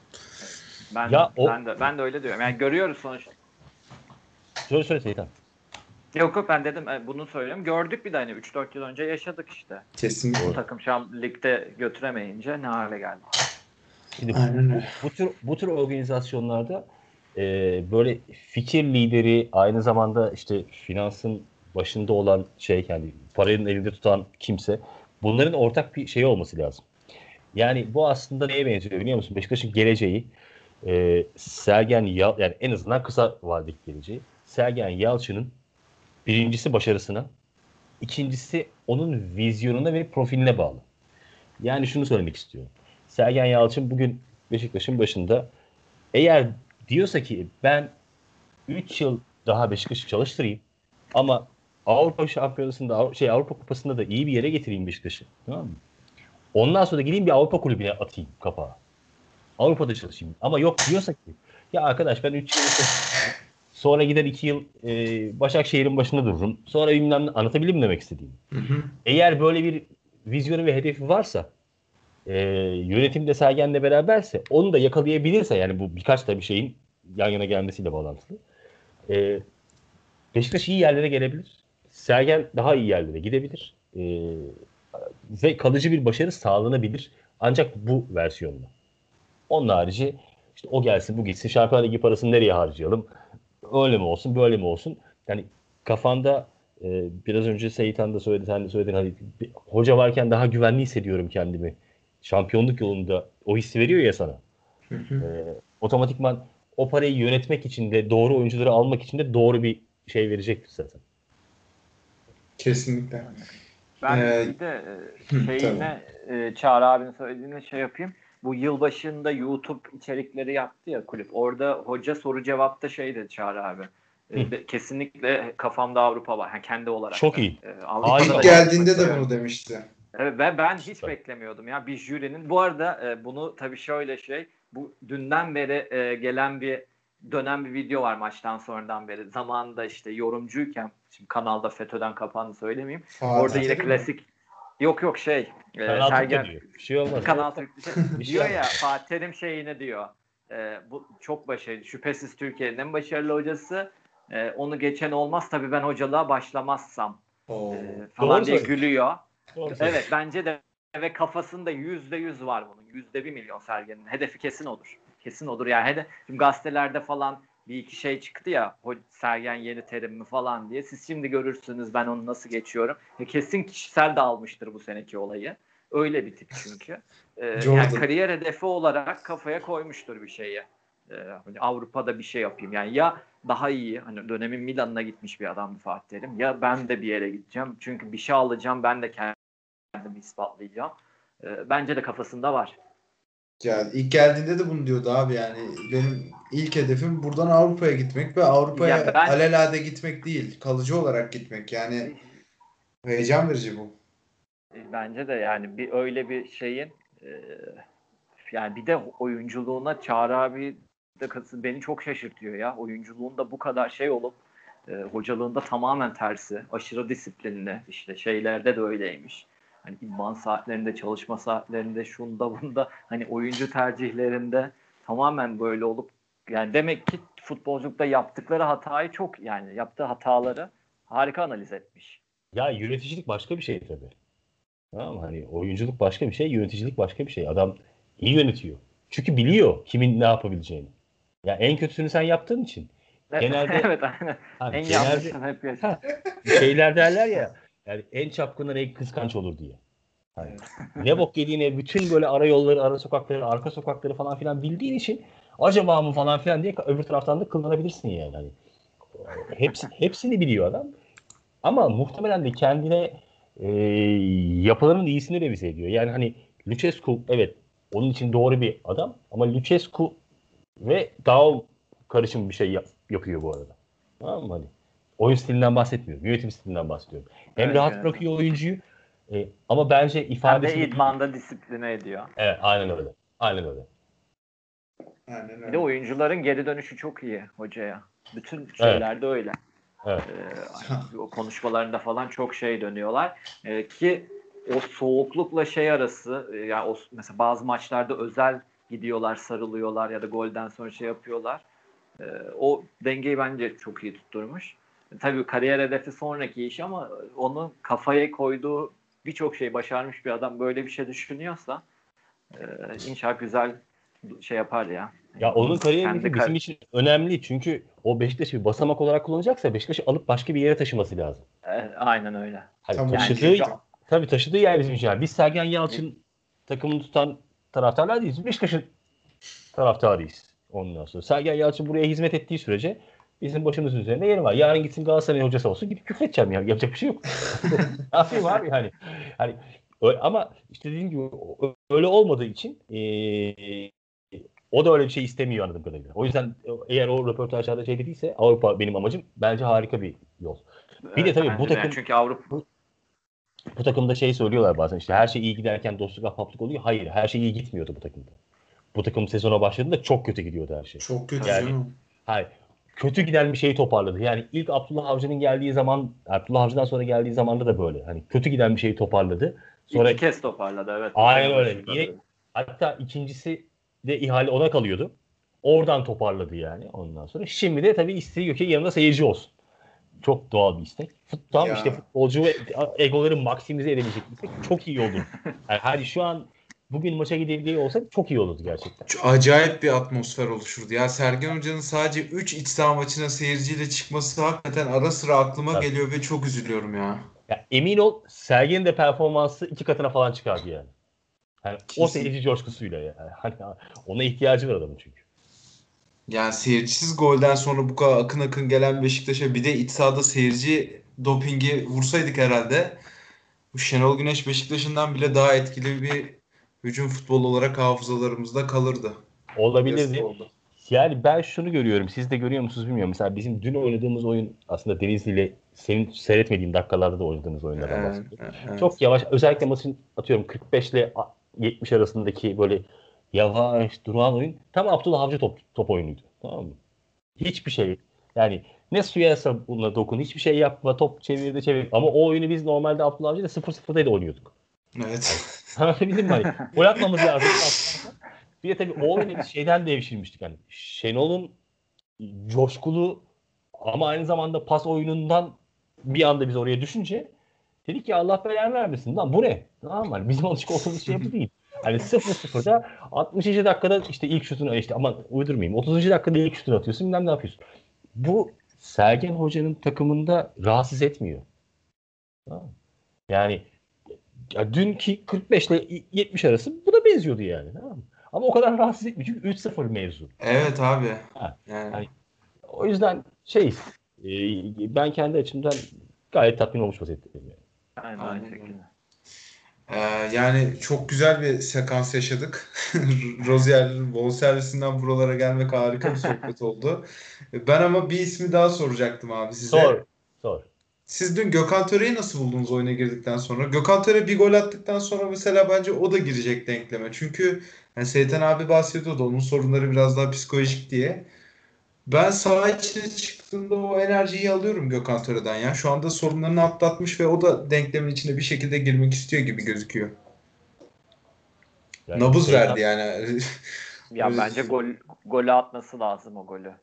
Ben Ya o ben de ben de öyle diyorum. Yani görüyoruz sonuç. söyle söyle Seyit. Yok yok ben dedim e, bunu söylüyorum. Gördük bir de hani üç dört yıl önce yaşadık işte. Bu Kesinlikle. Doğru. takım şam ligde götüremeyince ne hale geldi. Şimdi Aynen bu, öyle. bu tür bu tür organizasyonlarda e, böyle fikir lideri aynı zamanda işte finansın başında olan şey yani paranın elinde tutan kimse bunların ortak bir şey olması lazım. Yani bu aslında neye benziyor biliyor musun? Beşiktaş'ın geleceği e, Sergen Yal yani en azından kısa vadeli geleceği. Sergen Yalçın'ın birincisi başarısına, ikincisi onun vizyonuna ve profiline bağlı. Yani şunu söylemek istiyorum. Sergen Yalçın bugün Beşiktaş'ın başında eğer diyorsa ki ben üç yıl daha Beşiktaş'ı çalıştırayım ama Avrupa Şampiyonası'nda şey Avrupa Kupası'nda da iyi bir yere getireyim Beşiktaş'ı. Tamam mı? Ondan sonra gideyim bir Avrupa kulübüne atayım kapağı. Avrupa'da çalışayım. Ama yok diyorsa ki ya arkadaş ben üç yıl sonra gider iki yıl e, Başakşehir'in başında dururum. Sonra bilmem ne anlatabildim mi demek istediğimi. Hı hı. Eğer böyle bir vizyonu ve hedefi varsa e, yönetimde Sergen'le beraberse onu da yakalayabilirse yani bu birkaç da bir şeyin yan yana gelmesiyle bağlantılı. E, Beşiktaş iyi yerlere gelebilir. Sergen daha iyi yerlere gidebilir. E, ve kalıcı bir başarı sağlanabilir. Ancak bu versiyonla. Onun harici işte o gelsin bu gitsin Şampiyonlar Ligi parasını nereye harcayalım? Öyle mi olsun böyle mi olsun? Yani kafanda e, biraz önce Seyitan da söyledi sen de söyledin hani bir, hoca varken daha güvenli hissediyorum kendimi. Şampiyonluk yolunda o hissi veriyor ya sana. Hı E, hı. otomatikman o parayı yönetmek için de doğru oyuncuları almak için de doğru bir şey verecektir zaten. Kesinlikle. Ben Ee, bir de hı, e, tabii. şeyine e, Çağrı abinin söylediğine şey yapayım. Bu yılbaşında YouTube içerikleri yaptı ya kulüp. Orada hoca soru cevapta şey dedi Çağrı abi. E, Hı. be- kesinlikle kafamda Avrupa var. Yani kendi olarak Çok da. iyi. E, Harika. Avrupa'da İlk da Vallahi çalışmak geldiğinde de istiyorum. bunu demişti. Evet, ben, ben hiç süper. beklemiyordum ya bir jürinin. Bu arada e, bunu tabii şöyle şey. Bu dünden beri e, gelen bir dönem bir video var maçtan sonradan beri. Zamanında işte yorumcuyken şimdi kanalda FETÖ'den kapandı söylemeyeyim. Orada Fatih yine Terim mi? klasik yok yok şey e, Kanal Türk'te Sergen diyor. Bir şey olmaz ya. Kanal Türk şey, Bir şey diyor olmaz. ya Fatih Terim şeyini diyor. E, bu çok başarılı. Şüphesiz Türkiye'nin en başarılı hocası. E, onu geçen olmaz tabii ben hocalığa başlamazsam e, Oo. Doğru falan diye söylüyorsun. gülüyor. Doğru Evet söylüyorsun. bence de ve kafasında yüzde yüz var bunun. Yüzde bir milyon Sergen'in. Hedefi kesin odur. Kesin odur yani. Hedef, şimdi gazetelerde falan bir iki şey çıktı ya Sergen yeni terim mi falan diye. Siz şimdi görürsünüz ben onu nasıl geçiyorum. E, kesin kişisel de almıştır bu seneki olayı. Öyle bir tip çünkü. E, yani Jordan. kariyer hedefi olarak kafaya koymuştur bir şeyi. E, hani Avrupa'da bir şey yapayım. Yani ya daha iyi hani dönemin Milan'ına gitmiş bir adam Fatih Terim. Ya ben de bir yere gideceğim. Çünkü bir şey alacağım ben de kendimi ispatlayacağım. E, bence de kafasında var. Ya ilk geldiğinde de bunu diyordu abi yani benim ilk hedefim buradan Avrupa'ya gitmek ve Ya Avrupa'ya ben alelade gitmek değil, kalıcı olarak gitmek. Yani heyecan verici bu. bence de yani bir öyle bir şeyin e, yani bir de oyunculuğuna Çağrı abi de beni çok şaşırtıyor ya. Oyunculuğunda bu kadar şey olup e, hocalığında tamamen tersi. Aşırı disiplinli. İşte şeylerde de öyleymiş. Hani idman saatlerinde, çalışma saatlerinde, şunda bunda hani oyuncu tercihlerinde tamamen böyle olup yani demek ki futbolculukta yaptıkları hatayı çok yani yaptığı hataları harika analiz etmiş. Ya yöneticilik başka bir şey tabii. Tamam mı? Hani oyunculuk başka bir şey, yöneticilik başka bir şey. Adam iyi yönetiyor. Çünkü biliyor kimin ne yapabileceğini. Ya en kötüsünü sen yaptığın için. Genelde Evet aynen. abi En genelde yanlışını hep yaşadım. ha, şeyler derler ya yani en çapkınlar en kıskanç olur diye. Hani Evet. ne bok yediğini bütün böyle ara yolları, ara sokakları, arka sokakları falan filan bildiğin için acaba mı falan filan diye öbür taraftan da kullanabilirsin yani. Hani hepsi, hepsini biliyor adam. Ama muhtemelen de kendine e, yapılanın iyisini revize ediyor. Yani hani Lucescu evet onun için doğru bir adam ama Lucescu ve daha karışım bir şey yap- yapıyor bu arada. Tamam mı? Hani oyun stilinden bahsetmiyorum. Yönetim stilinden bahsediyorum. Hem Evet rahat yönetim. bırakıyor oyuncuyu e, ama bence Hem de ifadesini iyi. idmanda disipline ediyor. Evet aynen öyle. Aynen öyle. Aynen Bir de öyle. oyuncuların geri dönüşü çok iyi hocaya. Bütün Evet. şeylerde öyle. Evet. Ee, hani o konuşmalarında falan çok şey dönüyorlar. Ee, ki o soğuklukla şey arası e, yani o mesela bazı maçlarda özel gidiyorlar, sarılıyorlar ya da golden sonra şey yapıyorlar. Ee, o dengeyi bence çok iyi tutturmuş. E, tabii kariyer hedefi sonraki iş ama onu kafaya koyduğu birçok şey başarmış bir adam böyle bir şey düşünüyorsa e, inşallah güzel şey yapar ya. Ya Yani onun kariyer kendi hedefi bizim kar- için önemli çünkü o Beşiktaş'ı bir basamak olarak kullanacaksa Beşiktaş'ı alıp başka bir yere taşıması lazım. e, aynen öyle. Hani Tam onu Yani taşıdığı çünkü diyecektim. tabii taşıdığı yer bizim için. Yani biz Sergen e, Yalçın takımını tutan taraftarlar değiliz. Biz Beşiktaş'ın taraftarıyız ondan sonra. Sergen Yalçın buraya hizmet ettiği sürece bizim başımızın üzerinde yeri var. Yarın gitsin Galatasaray'ın hocası olsun gidip küfredeceğim ya. Yapacak bir şey yok. Ne yapayım abi hani. Hani ö- ama işte dediğim gibi öyle olmadığı için ee, O da öyle bir şey istemiyor anladığım kadarıyla. O yüzden eğer o röportajlarda şey dediyse Avrupa benim amacım, bence harika bir yol. Bir de Evet, tabii bu bence de. Yani takım çünkü Avrupa bu, bu takımda şey söylüyorlar bazen, işte her şey iyi giderken dostluk ahbaplık oluyor. Hayır, her şey iyi gitmiyordu bu takımda. Bu takım sezona başladığında çok kötü gidiyordu her şey. Çok kötü Yani canım. hayır, kötü giden bir şeyi toparladı. Yani ilk Abdullah Avcı'nın geldiği zaman, Abdullah Avcı'dan sonra geldiği zamanda da böyle. Hani kötü giden bir şeyi toparladı. Sonra iki kez toparladı, evet, bu aynen sene öyle. başında da Yine, öyle. hatta ikincisi de ihale ona kalıyordu. Oradan toparladı yani ondan sonra. Şimdi de tabii istiyor ki yanında seyirci olsun. Çok doğal bir istek. Fut, tam işte Ya futbolcu ve egoları maksimize edebilecek bir istek. Çok iyi olur. Yani hadi şu an bugün maça gidebildiği olsa çok iyi olurdu gerçekten. çok acayip bir atmosfer oluşurdu. Ya Sergen Hoca'nın sadece üç iç saha maçına seyirciyle çıkması hakikaten ara sıra aklıma Tabii. geliyor ve çok üzülüyorum ya. Ya emin ol, Sergen'in de performansı iki katına falan çıkardı yani. Yani o Kesin. seyirci coşkusuyla yani. Hani ona ihtiyacı var adamın çünkü. Yani seyircisiz golden sonra bu kadar akın akın gelen Beşiktaş'a bir de iç sahada seyirci dopingi vursaydık herhalde bu Şenol Güneş Beşiktaş'ından bile daha etkili bir hücum futbolu olarak hafızalarımızda kalırdı. Yazık Olabilirdi. oldu. Yani ben şunu görüyorum. Siz de görüyor musunuz bilmiyorum. Mesela bizim dün oynadığımız oyun, aslında Denizli ile senin seyretmediğin dakikalarda da oynadığımız oyunlardan Evet, bahsediyorum. Çok evet. yavaş. Özellikle maçın atıyorum kırk beş ile yetmiş arasındaki böyle yavaş duran oyun tam Abdullah Avcı top, top oyunuydu. Tamam mı? Hiçbir şey. Yani ne suya sabunla dokun, hiçbir şey yapma, top çevirdi çevir. Ama o oyunu biz normalde Abdullah Avcı ile sıfır sıfırdaydı oynuyorduk. Yani Evet. anlatabildim mi? Hani gol atmamız lazım. Bir de tabii o oyunu biz şeyden devşirmiştik. Hani Şenol'un coşkulu ama aynı zamanda pas oyunundan bir anda biz oraya düşünce dedik ki Allah belanı vermesin. Lan bu ne? Tamam mı? Hani bizim alışık olduğumuz şey bu değil. Hani sıfır sıfırda altmışıncı dakikada işte ilk şutunu, işte aman uydurmayayım, otuzuncu dakikada ilk şutunu atıyorsun, bilmem ne yapıyorsun. Bu Sergen Hoca'nın takımında rahatsız etmiyor. Tamam mı? Yani ya dünkü kırk beş ile yetmiş arası buna benziyordu yani. Tamam mı? Ama o kadar rahatsız etmiyor. Çünkü üç sıfır mevzu. Evet abi. Ha, Yani hani o yüzden şey, e, ben kendi açımdan gayet tatmin olmuş vaziyetteyim yani. Aynen aynı aynen öyle. şekilde. Ee, yani çok güzel bir sekans yaşadık. Rozier'in bonservisinden buralara gelmek harika bir sohbet oldu. Ben ama bir ismi daha soracaktım abi size. Sor. Sor. Siz dün Gökhan Töre'yi nasıl buldunuz oyuna girdikten sonra? Gökhan Töre bir gol attıktan sonra mesela bence o da girecek denkleme. Çünkü yani Seyten abi bahsediyordu onun sorunları biraz daha psikolojik diye. Ben saha içine çıktığımda o enerjiyi alıyorum Gökhan Töre'den ya. Şu anda sorunlarını atlatmış ve o da denklemin içine bir şekilde girmek istiyor gibi gözüküyor. Yani Nabız Seyit verdi yani. Ya Öyle bence gol golü atması lazım, o golü.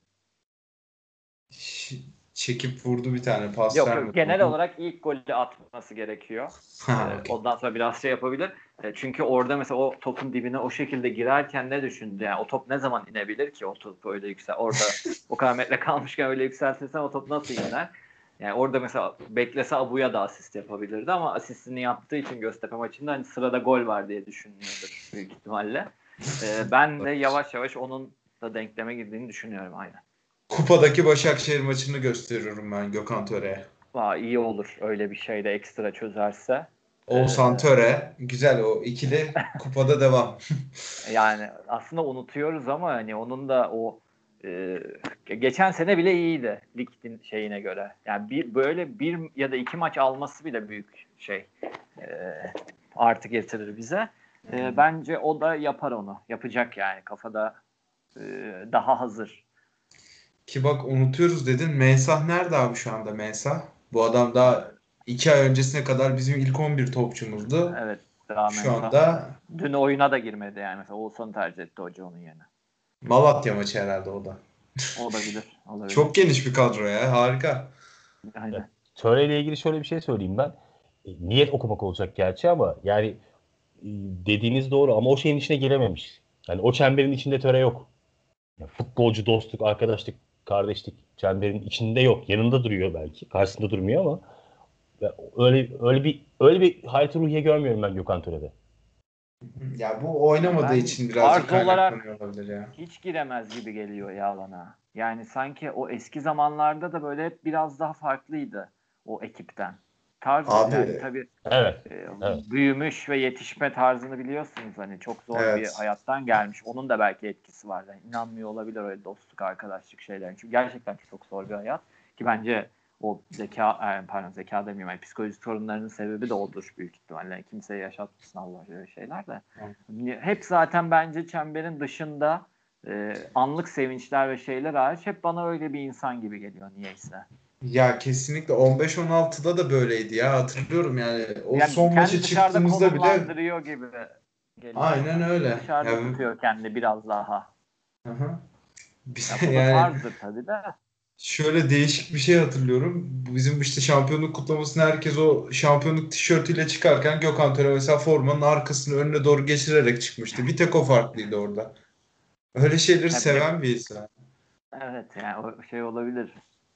ş- çekip vurdu bir tane pas Yok yok, vermedi. genel Onu... olarak ilk golü atması gerekiyor. Ha, Ee, okey. ondan sonra biraz şey yapabilir. Ee, çünkü orada mesela o topun dibine o şekilde girerken ne düşündü? Yani o top ne zaman inebilir ki, o top öyle yüksel. Orada o kadar metre kalmışken öyle yükseltirsen o top nasıl iner? Yani orada mesela beklese Abu'ya da asist yapabilirdi ama asistini yaptığı için Göztepe maçında hani sırada gol var diye düşünüyordur büyük ihtimalle. Ee, ben de yavaş yavaş onun da denkleme girdiğini düşünüyorum, aynen. Kupadaki Başakşehir maçını gösteriyorum ben Gökhan Töre'ye. Aa, iyi olur öyle bir şey de ekstra çözerse. Ee, Oğuzhan Töre. Güzel o ikili kupada devam. Yani aslında unutuyoruz ama hani onun da o e, geçen sene bile iyiydi ligin şeyine göre. Yani bir böyle bir ya da iki maç alması bile büyük şey, e, artı getirir bize. E, bence o da yapar onu. Yapacak yani, kafada e, daha hazır. Ki bak unutuyoruz dedin. Mensah nerede abi şu anda Mensah? Bu adam daha iki ay öncesine kadar bizim ilk on bir topçumuzdu. Evet, daha Şu Mensah. anda Dün oyuna da girmedi yani. Mesela Oğuzhan'ı tercih etti hoca onun yerine. Malatya maçı herhalde o da. Olabilir. Olabilir. Çok geniş bir kadro ya. Harika. Ya, Aynen. Töre ile ilgili şöyle bir şey söyleyeyim ben. E, niyet okumak olacak gerçi ama yani e, dediğiniz doğru ama o şeyin içine girememiş. Yani o çemberin içinde Töre yok. Ya, futbolcu, dostluk, arkadaşlık, kardeşlik çemberin içinde yok. Yanında duruyor belki. Karşısında durmuyor ama ya, öyle öyle bir öyle bir hayat ruhiye görmüyorum ben Gökhan Töre'de. Ya bu oynamadığı Ben için birazcık tarz kaynaklanıyor olarak olabilir ya. hiç giremez gibi geliyor ya bana. Yani sanki o eski zamanlarda da böyle hep biraz daha farklıydı o ekipten. tarzı Abi yani tabii Evet. e, Evet. büyümüş ve yetişme tarzını biliyorsunuz, hani çok zor bir evet. hayattan gelmiş. Onun da belki etkisi var. Yani inanmıyor olabilir öyle dostluk, arkadaşlık şeylerin. Çünkü gerçekten çok zor bir hayat ki bence o zeka, e, pardon zeka demeyeyim, yani psikoloji sorunlarının sebebi de odur büyük ihtimalle. Yani kimseye yaşatmasın Allah öyle şeyler de. Hep zaten bence çemberin dışında e, anlık sevinçler ve şeyler hariç hep bana öyle bir insan gibi geliyor niyeyse. Ya kesinlikle on beş on altıda da böyleydi ya, hatırlıyorum yani o Yani son maça kendi dışarıda çıktığımızda bile konumlandırıyor gibi geliyor aynen bana. öyle. Dışarıda Ya, tutuyor kendini biraz daha. aha. Ya Bize bu da yani tarzdır tabii de. şöyle değişik bir şey hatırlıyorum. Bu bizim işte şampiyonluk kutlamasına herkes o şampiyonluk tişörtüyle çıkarken Gökhan Töre mesela formanın arkasını önüne doğru geçirerek çıkmıştı. Bir tek o farklıydı orada. Öyle şeyleri Ya bir de seven bir insan. evet, yani o şey olabilir.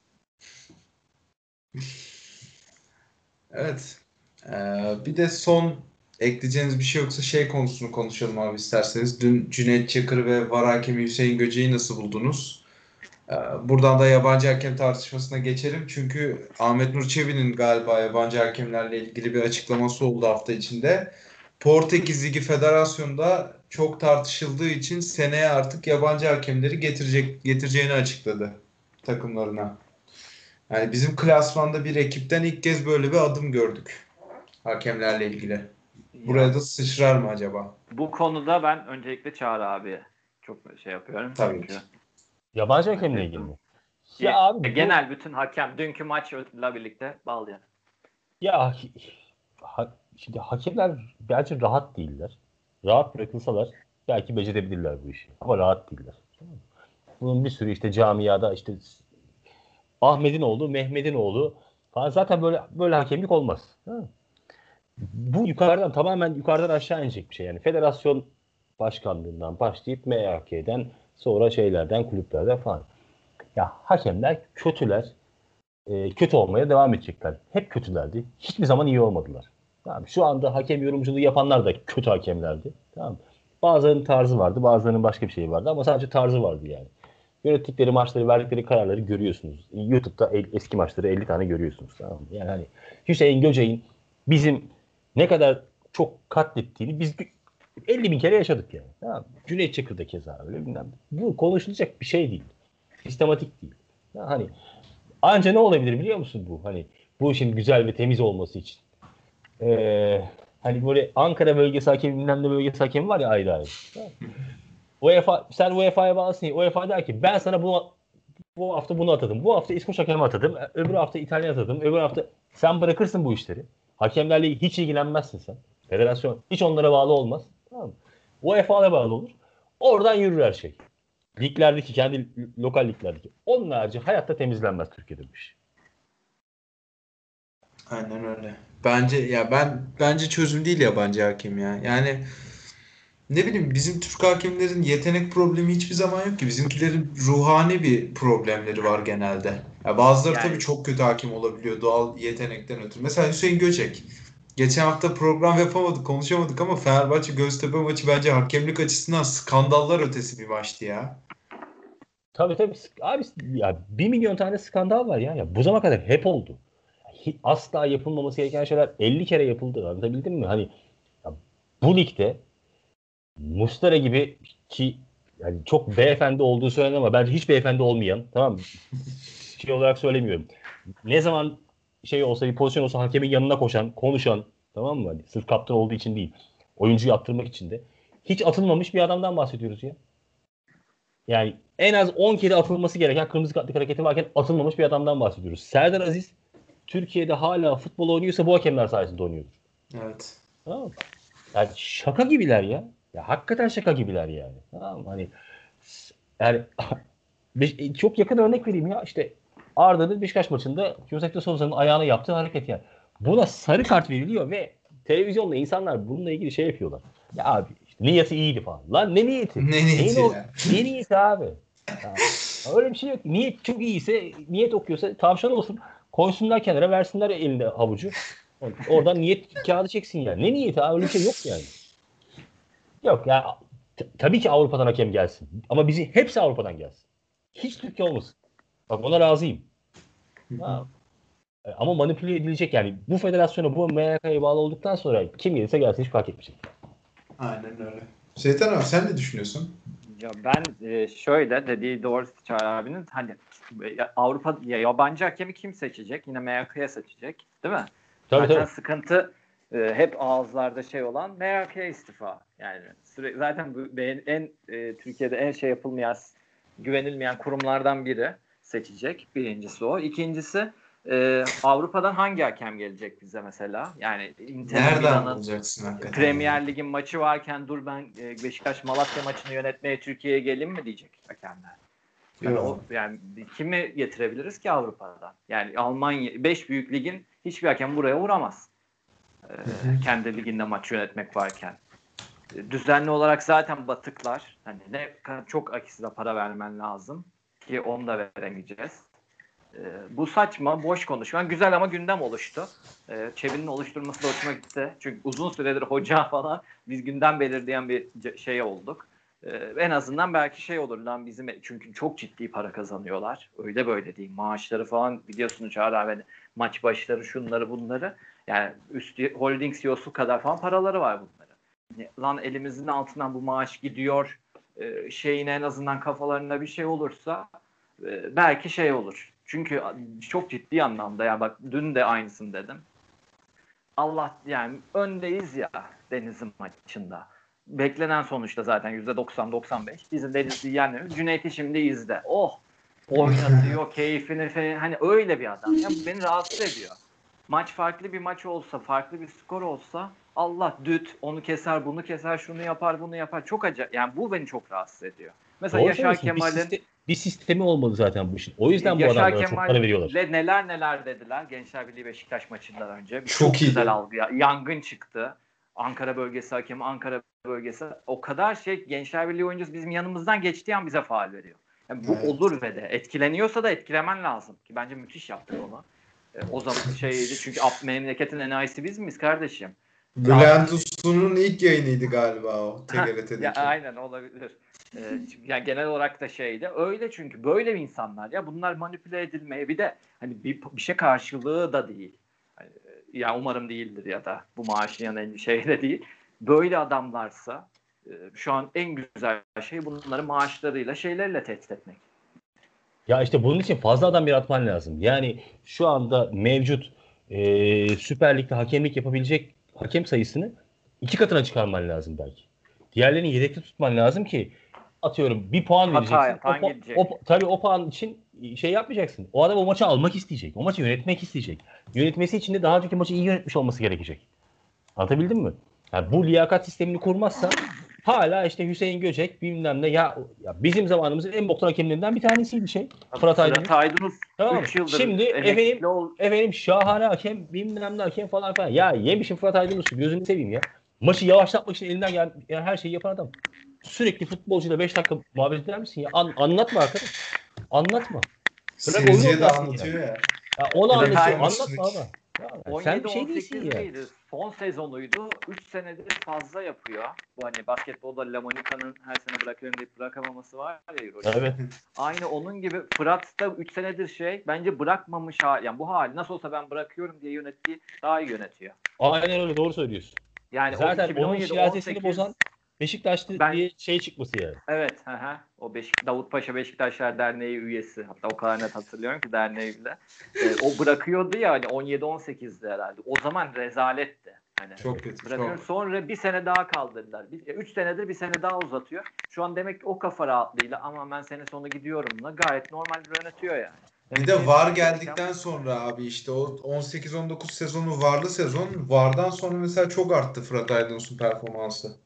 Evet. Ee, bir de son ekleyeceğiniz bir şey yoksa şey konusunu konuşalım abi isterseniz. Dün Cüneyt Çakır ve VAR hakemi Hüseyin Göce'yi nasıl buldunuz? Ee, buradan da yabancı hakem tartışmasına geçelim. Çünkü Ahmet Nur Çebi'nin galiba yabancı hakemlerle ilgili bir açıklaması oldu hafta içinde. Portekiz Ligi Federasyonu'nda çok tartışıldığı için seneye artık yabancı hakemleri getirecek getireceğini açıkladı takımlarına. Yani bizim klasmanda bir ekipten ilk kez böyle bir adım gördük hakemlerle ilgili. Ya Buraya da sıçrar mı acaba? bu konuda ben öncelikle Çağrı abi çok şey yapıyorum Tabii ki. çünkü Yabancı hakemle ilgili mi? Ya ya, abi bu genel bütün hakem dünkü maçla birlikte bağlayalım. ya ha, şimdi hakemler bence rahat değiller. Rahat bırakılsalar belki becerebilirler bu işi. Ama rahat değiller. Bunun bir sürü işte camiada işte Ahmet'in oğlu, Mehmet'in oğlu falan, zaten böyle böyle hakemlik olmaz. Ha? Bu yukarıdan, tamamen yukarıdan aşağı inecek bir şey. Yani federasyon başkanlığından başlayıp M H K'den sonra şeylerden, kulüplerden falan. Ya hakemler kötüler. E, kötü olmaya devam edecekler. Hep kötülerdi. Hiçbir zaman iyi olmadılar. Tamam. Şu anda hakem yorumculuğu yapanlar da kötü hakemlerdi. Tamam. Bazılarının tarzı vardı, bazılarının başka bir şeyi vardı ama sadece tarzı vardı yani. Yönettikleri maçları, verdikleri kararları görüyorsunuz. YouTube'da el, eski maçları elli tane görüyorsunuz. Tamam mı? Yani hani Hüseyin Göce'nin bizim ne kadar çok katlettiğini biz elli bin kere yaşadık yani. Tamam mı? Cüneyt Çakır da keza öyle bilmem. Bu konuşulacak bir şey değil. Sistematik değil. Ya hani anca ne olabilir biliyor musun bu? Hani bu işin güzel ve temiz olması için. Ee, hani böyle Ankara bölgesi hakemi, bilmem ne bölgesi hakemi var ya, ayrı ayrı. Tamam. UEFA, sen U E F A'ya bağlısın ya. U E F A der ki ben sana bu bu hafta bunu atadım. Bu hafta İskoç hakemi atadım. Öbür hafta İtalya atadım. Öbür hafta sen bırakırsın bu işleri. Hakemlerle hiç ilgilenmezsin sen. Federasyon hiç onlara bağlı olmaz. Tamam mı? U E F A'ya bağlı olur. Oradan yürür her şey. Liglerdeki, kendi lokal liglerdeki. Onun harici hayatta temizlenmez Türkiye'de bu iş. Aynen öyle. Bence ya ben bence çözüm değil yabancı hakem ya. Yani ne bileyim bizim Türk hakemlerin yetenek problemi hiçbir zaman yok ki. Bizimkilerin ruhani bir problemleri var genelde. Ya bazıları tabii Yani çok kötü hakem olabiliyor doğal yetenekten ötürü. Mesela Hüseyin Göçek. Geçen hafta program yapamadık, konuşamadık ama Fenerbahçe Göztepe maçı bence hakemlik açısından skandallar ötesi bir maçtı ya. Tabii tabii. Abi ya bir milyon tane skandal var ya. Ya bu zamana kadar hep oldu. Hi- Asla yapılmaması gereken şeyler elli kere yapıldı. Anlatabildim mi? Hani ya bu ligde Muslera gibi, ki yani çok beyefendi olduğu söylenir ama bence hiç beyefendi olmayan, tamam mı? Şey olarak söylemiyorum. Ne zaman şey olsa, bir pozisyon olsa hakemin yanına koşan, konuşan, tamam mı? Hani sırf kaptan olduğu için değil. Oyuncuyu attırmak için de. Hiç atılmamış bir adamdan bahsediyoruz ya. Yani en az on kere atılması gereken kırmızı kartlık hareketi varken atılmamış bir adamdan bahsediyoruz. Serdar Aziz Türkiye'de hala futbol oynuyorsa bu hakemler sayesinde oynuyordur. Evet. Tamam mı? Yani şaka gibiler ya. Ya hakikaten şaka gibiler yani. Tamam mı? Hani yani bir- çok yakın örnek vereyim ya. İşte Arda'nın Beşiktaş maçında Josep de Souza'nın ayağına yaptığı hareket yani. Buna sarı kart veriliyor ve televizyonda insanlar bununla ilgili şey yapıyorlar. Ya abi işte niyeti iyiydi falan. Lan ne niyeti? Ne Neyin niyeti o? ya? Ne niyeti abi? Ya, öyle bir şey yok. Niyet çok iyiyse, niyet okuyorsa tavşan olsun. Koysunlar kenara, versinler elinde havucu. Oradan niyet kağıdı çeksin yani. Ne niyeti abi? Öyle bir şey yok yani. Yok ya, t- tabii ki Avrupa'dan hakem gelsin. Ama bizi hepsi Avrupa'dan gelsin. Hiç Türkiye olmasın. Bak ona razıyım. Ha, Ama manipüle edilecek yani. Bu federasyona, bu M Y K'ya bağlı olduktan sonra kim gelirse gelsin hiç fark etmeyecek. Aynen öyle. Şeytan abi sen ne düşünüyorsun? Ya ben e, şöyle dediği doğru Çağrı abinin hani e, Avrupa ya yabancı hakemi kim seçecek? Yine M Y K'ya seçecek, değil mi? Tabii Zaten tabii. sıkıntı e, hep ağızlarda şey olan M Y K'ya istifa. Yani süre, zaten bu en, en e, Türkiye'de en şey yapılmayan, güvenilmeyen kurumlardan biri seçecek. Birincisi o. İkincisi e, Avrupa'dan hangi hakem gelecek bize mesela? Yani Inter'in, Nereden Milan'ın bulacaksın hakikaten ya? Premier Lig'in maçı varken dur ben e, Beşiktaş Malatya maçını yönetmeye Türkiye'ye geleyim mi diyecek hakemler. Yani o Yok. yani kimi getirebiliriz ki Avrupa'dan? Yani Almanya beş büyük ligin hiçbir hakem buraya uğramaz. Ee, kendi liginde maç yönetmek varken. E, düzenli olarak zaten batıklar. Hani ne çok ekstra para vermen lazım ki onu da veremeyeceğiz. Ee, bu saçma, boş konuşma. Güzel ama gündem oluştu. Ee, Çebi'nin oluşturması da hoşuma gitti. Çünkü uzun süredir hoca falan biz gündem belirleyen bir şey olduk. Ee, en azından belki şey olur lan bizim çünkü çok ciddi para kazanıyorlar. Öyle böyle değil. Maaşları falan biliyorsunuz Çağrı abi, maç başları şunları bunları. Yani üstü holding C E O'su kadar falan paraları var bunların. Lan elimizin altından bu maaş gidiyor. E, şeyin en azından kafalarında bir şey olursa e, belki şey olur. Çünkü çok ciddi anlamda ya bak dün de aynısını dedim. Allah yani öndeyiz ya Deniz'in maçında. Beklenen sonuçta zaten yüzde doksan doksan beş. Bizim Deniz'i yenmiyoruz. Cüneyt'i şimdi izle. Oh oynatıyor keyfini falan. Hani öyle bir adam. Ya bu beni rahatsız ediyor. Maç farklı bir maç olsa, farklı bir skor olsa Allah düt onu keser, bunu keser, şunu yapar, bunu yapar. Çok acayip. Yani bu beni çok rahatsız ediyor. Mesela Doğru Yaşar söylüyorsun. Bir, Kemal'in sistem, bir sistemi olmalı zaten bu işin. O yüzden bu Yaşar adamlara çok para Kemal'le veriyorlar. neler neler dediler Gençler Birliği Beşiktaş maçından önce. Bir Çok çok güzel iyiydi. algı. Ya. Yangın çıktı. Ankara bölgesi hakemi, Ankara bölgesi. O kadar şey Gençler Birliği oyuncusu bizim yanımızdan geçtiği an bize faul veriyor. Yani bu Evet. olur ve de etkileniyorsa da etkilemen lazım. Ki bence müthiş yaptı onu. E, o zaman şeydi çünkü memleketin enayisi biz miyiz kardeşim? Bülent Uslu'nun ilk yayınıydı galiba o Ya T G R T'deki. aynen olabilir. Ee, yani genel olarak da şeyde öyle çünkü böyle bir insanlar ya bunlar manipüle edilmeye bir de hani bir, bir şey karşılığı da değil. Yani, ya umarım değildir ya da bu maaşın yanı şey de değil. Böyle adamlarsa e, şu an en güzel şey bunları maaşlarıyla şeylerle tehdit etmek. Ya işte bunun için fazla adam yaratman lazım. Yani şu anda mevcut e, Süper Lig'de hakemlik yapabilecek hakem sayısını iki katına çıkarman lazım belki. Diğerlerini yedekte tutman lazım ki atıyorum bir puan Hata vereceksin. O, yapan pu- gidecek. o, tabii o puan için şey yapmayacaksın. O adam o maçı almak isteyecek. O maçı yönetmek isteyecek. Yönetmesi için de daha önceki maçı iyi yönetmiş olması gerekecek. Anlatabildim mi? Yani bu liyakat sistemini kurmazsa hala işte Hüseyin Göcek bilmem ne ya, ya bizim zamanımızın en boktan hakemlerinden bir tanesiydi şey. Fırat Aydınus. Fırat Aydınus Tamam mı? üç yıldır Şimdi efendim emekli ol. efendim şahane hakem bilmem ne hakem falan falan. Ya yemişim Fırat Aydınus'u gözünü seveyim ya. Maçı yavaşlatmak için elinden gelen yani her şeyi yapan adam. Sürekli futbolcuyla beş dakika muhabbet eder misin ya? An, anlatma arkadaş. Anlatma. Bırak oyunu Seyirciye de oynasın ya. anlatıyor ya. Ya onu Bir de bir anlatıyor. konuşsun. Anlatma abi. Ya, sen bir şey değilsin on yedi on sekiz ya. miydi? Son sezonuydu. üç senedir fazla yapıyor. Bu hani basketbolda Lamonica'nın her sene bırakıyorum deyip bırakamaması var ya Euroleague'de. Evet. Aynı onun gibi Fırat da üç senedir şey bence bırakmamış hal. Yani bu hal nasıl olsa ben bırakıyorum diye yönettiği daha iyi yönetiyor. Aynen öyle doğru söylüyorsun. Yani Zaten o onun şirazesini iki bin on yedi on sekiz bozan Beşiktaşlı ben diye şey çıkması yani. evet hı hı. O Beşik, Davutpaşa Beşiktaşlar Derneği üyesi. Hatta o kadar net hatırlıyorum ki derneğiyle. Ee, o bırakıyordu ya hani on yedi on sekizdi herhalde. O zaman rezaletti. Hani Çok kötü. bırakıyor. Çok. Sonra bir sene daha kaldırdılar. Bir, üç senedir bir sene daha uzatıyor. Şu an demek ki o kafa rahatlığıyla ama ben sene sonu gidiyorumla gayet normal yönetiyor yani. Bir Demek de ki VAR gereken geldikten sonra abi işte o on sekiz on dokuz sezonu VAR'lı sezon. VAR'dan sonra mesela çok arttı Fırat Aydınus'un performansı.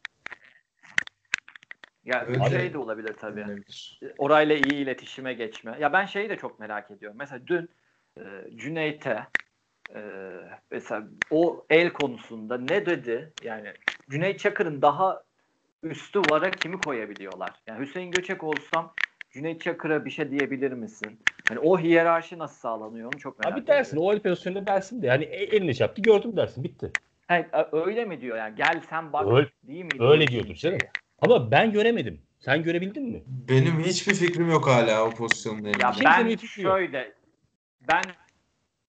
ya Öyle Abi şey de de olabilir tabii. denilebilir. Orayla iyi iletişime geçme. Ya ben şeyi de çok merak ediyorum. Mesela dün e, Cüneyt'e e, mesela o el konusunda ne dedi? Yani Cüneyt Çakır'ın daha üstü vara kimi koyabiliyorlar? Yani Hüseyin Göçek olsam Cüneyt Çakır'a bir şey diyebilir misin? Hani o hiyerarşi nasıl sağlanıyor onu çok abi merak dersin ediyorum. o el pozisyonunda dersin de yani e- elini çarptı gördüm dersin bitti. Hayır, öyle mi diyor yani? Gel sen bak Öyle, değil miydi o öyle işin diyordur canım. şeyi? Ama ben göremedim. Sen görebildin mi? Benim hiçbir fikrim yok hala o pozisyonla Ya ilgili. Kimsenin ben bir fikri yok. şöyle ben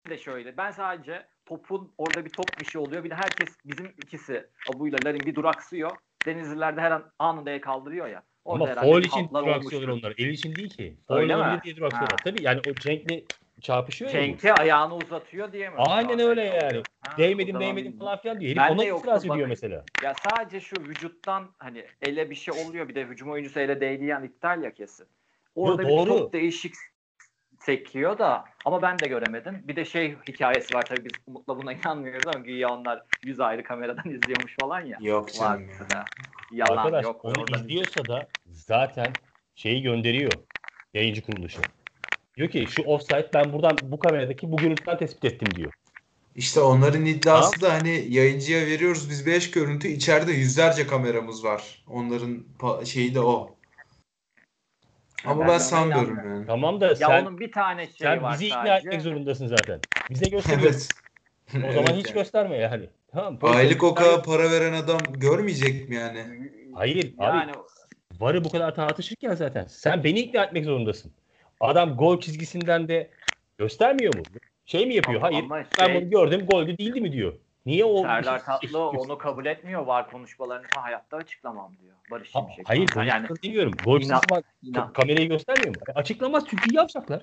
de şöyle. Ben sadece topun orada bir top bir şey oluyor. Bir de herkes bizim ikisi Abu'yla Larin bir duraksıyor. Denizliler'de her an anında el kaldırıyor ya. Orada Ama herhalde foul bir için haltlar duraksıyorlar olmuştur. onlar. El için değil ki. Foul Öyle olabilir mi? diye duraksıyorlar. Ha. Tabii yani o Cenk'le çarpışıyor ya bu. Cenk'e ayağını uzatıyor diye mi? Aynen öyle yani. Ha, o Değmedim zaman değmedim bilmiyorum. falan filan diyor. Herif Ben ona de yoksa itiraz ediyor bak- mesela. Ya sadece şu vücuttan hani ele bir şey oluyor, bir de hücum oyuncusu ele değdiği an iptal ya kesin. Orada Yo, bir doğru. çok değişik sekiyor da ama ben de göremedim. Bir de şey hikayesi var tabii biz Umut'la buna inanmıyoruz ama güya onlar yüz ayrı kameradan izliyormuş falan ya. Yok canım ya. Varsa da. Yalan Arkadaş yok. onu Oradan izliyorsa da zaten şeyi gönderiyor yayıncı kuruluşu. Diyor ki şu offside ben buradan bu kameradaki bu görüntüden tespit ettim diyor. İşte onların iddiası da hani yayıncıya veriyoruz biz beş görüntü, içeride yüzlerce kameramız var. Onların pa- şeyi de o. Ya Ama ben ben de ona sanmıyorum inanmıyorum. yani. Tamam da Ya sen onun bir tane şeyi sen var bizi ikna sadece. etmek zorundasın zaten. Bize gösteriyorsun. Evet. O zaman Evet hiç yani. gösterme yani. Tamam pozisyon Aylık o iptal kadar et. para veren adam görmeyecek mi yani? Hayır abi Yani varı bu kadar tartışırken zaten sen beni ikna etmek zorundasın. Adam gol çizgisinden de göstermiyor mu? Şey mi yapıyor? ama, Hayır. ama Ben şey bunu gördüm. Goldü değildi mi diyor. Niye o Serdar Tatlı onu kabul etmiyor. Var konuşmalarını falan hayatta açıklamam diyor. Barış Ha, Şimşek hayır falan. Yani konuşmasını demiyorum. Gol inan, çizgisi var. inan. Kamerayı göstermiyor mu? E, açıklamaz çünkü yapacaklar.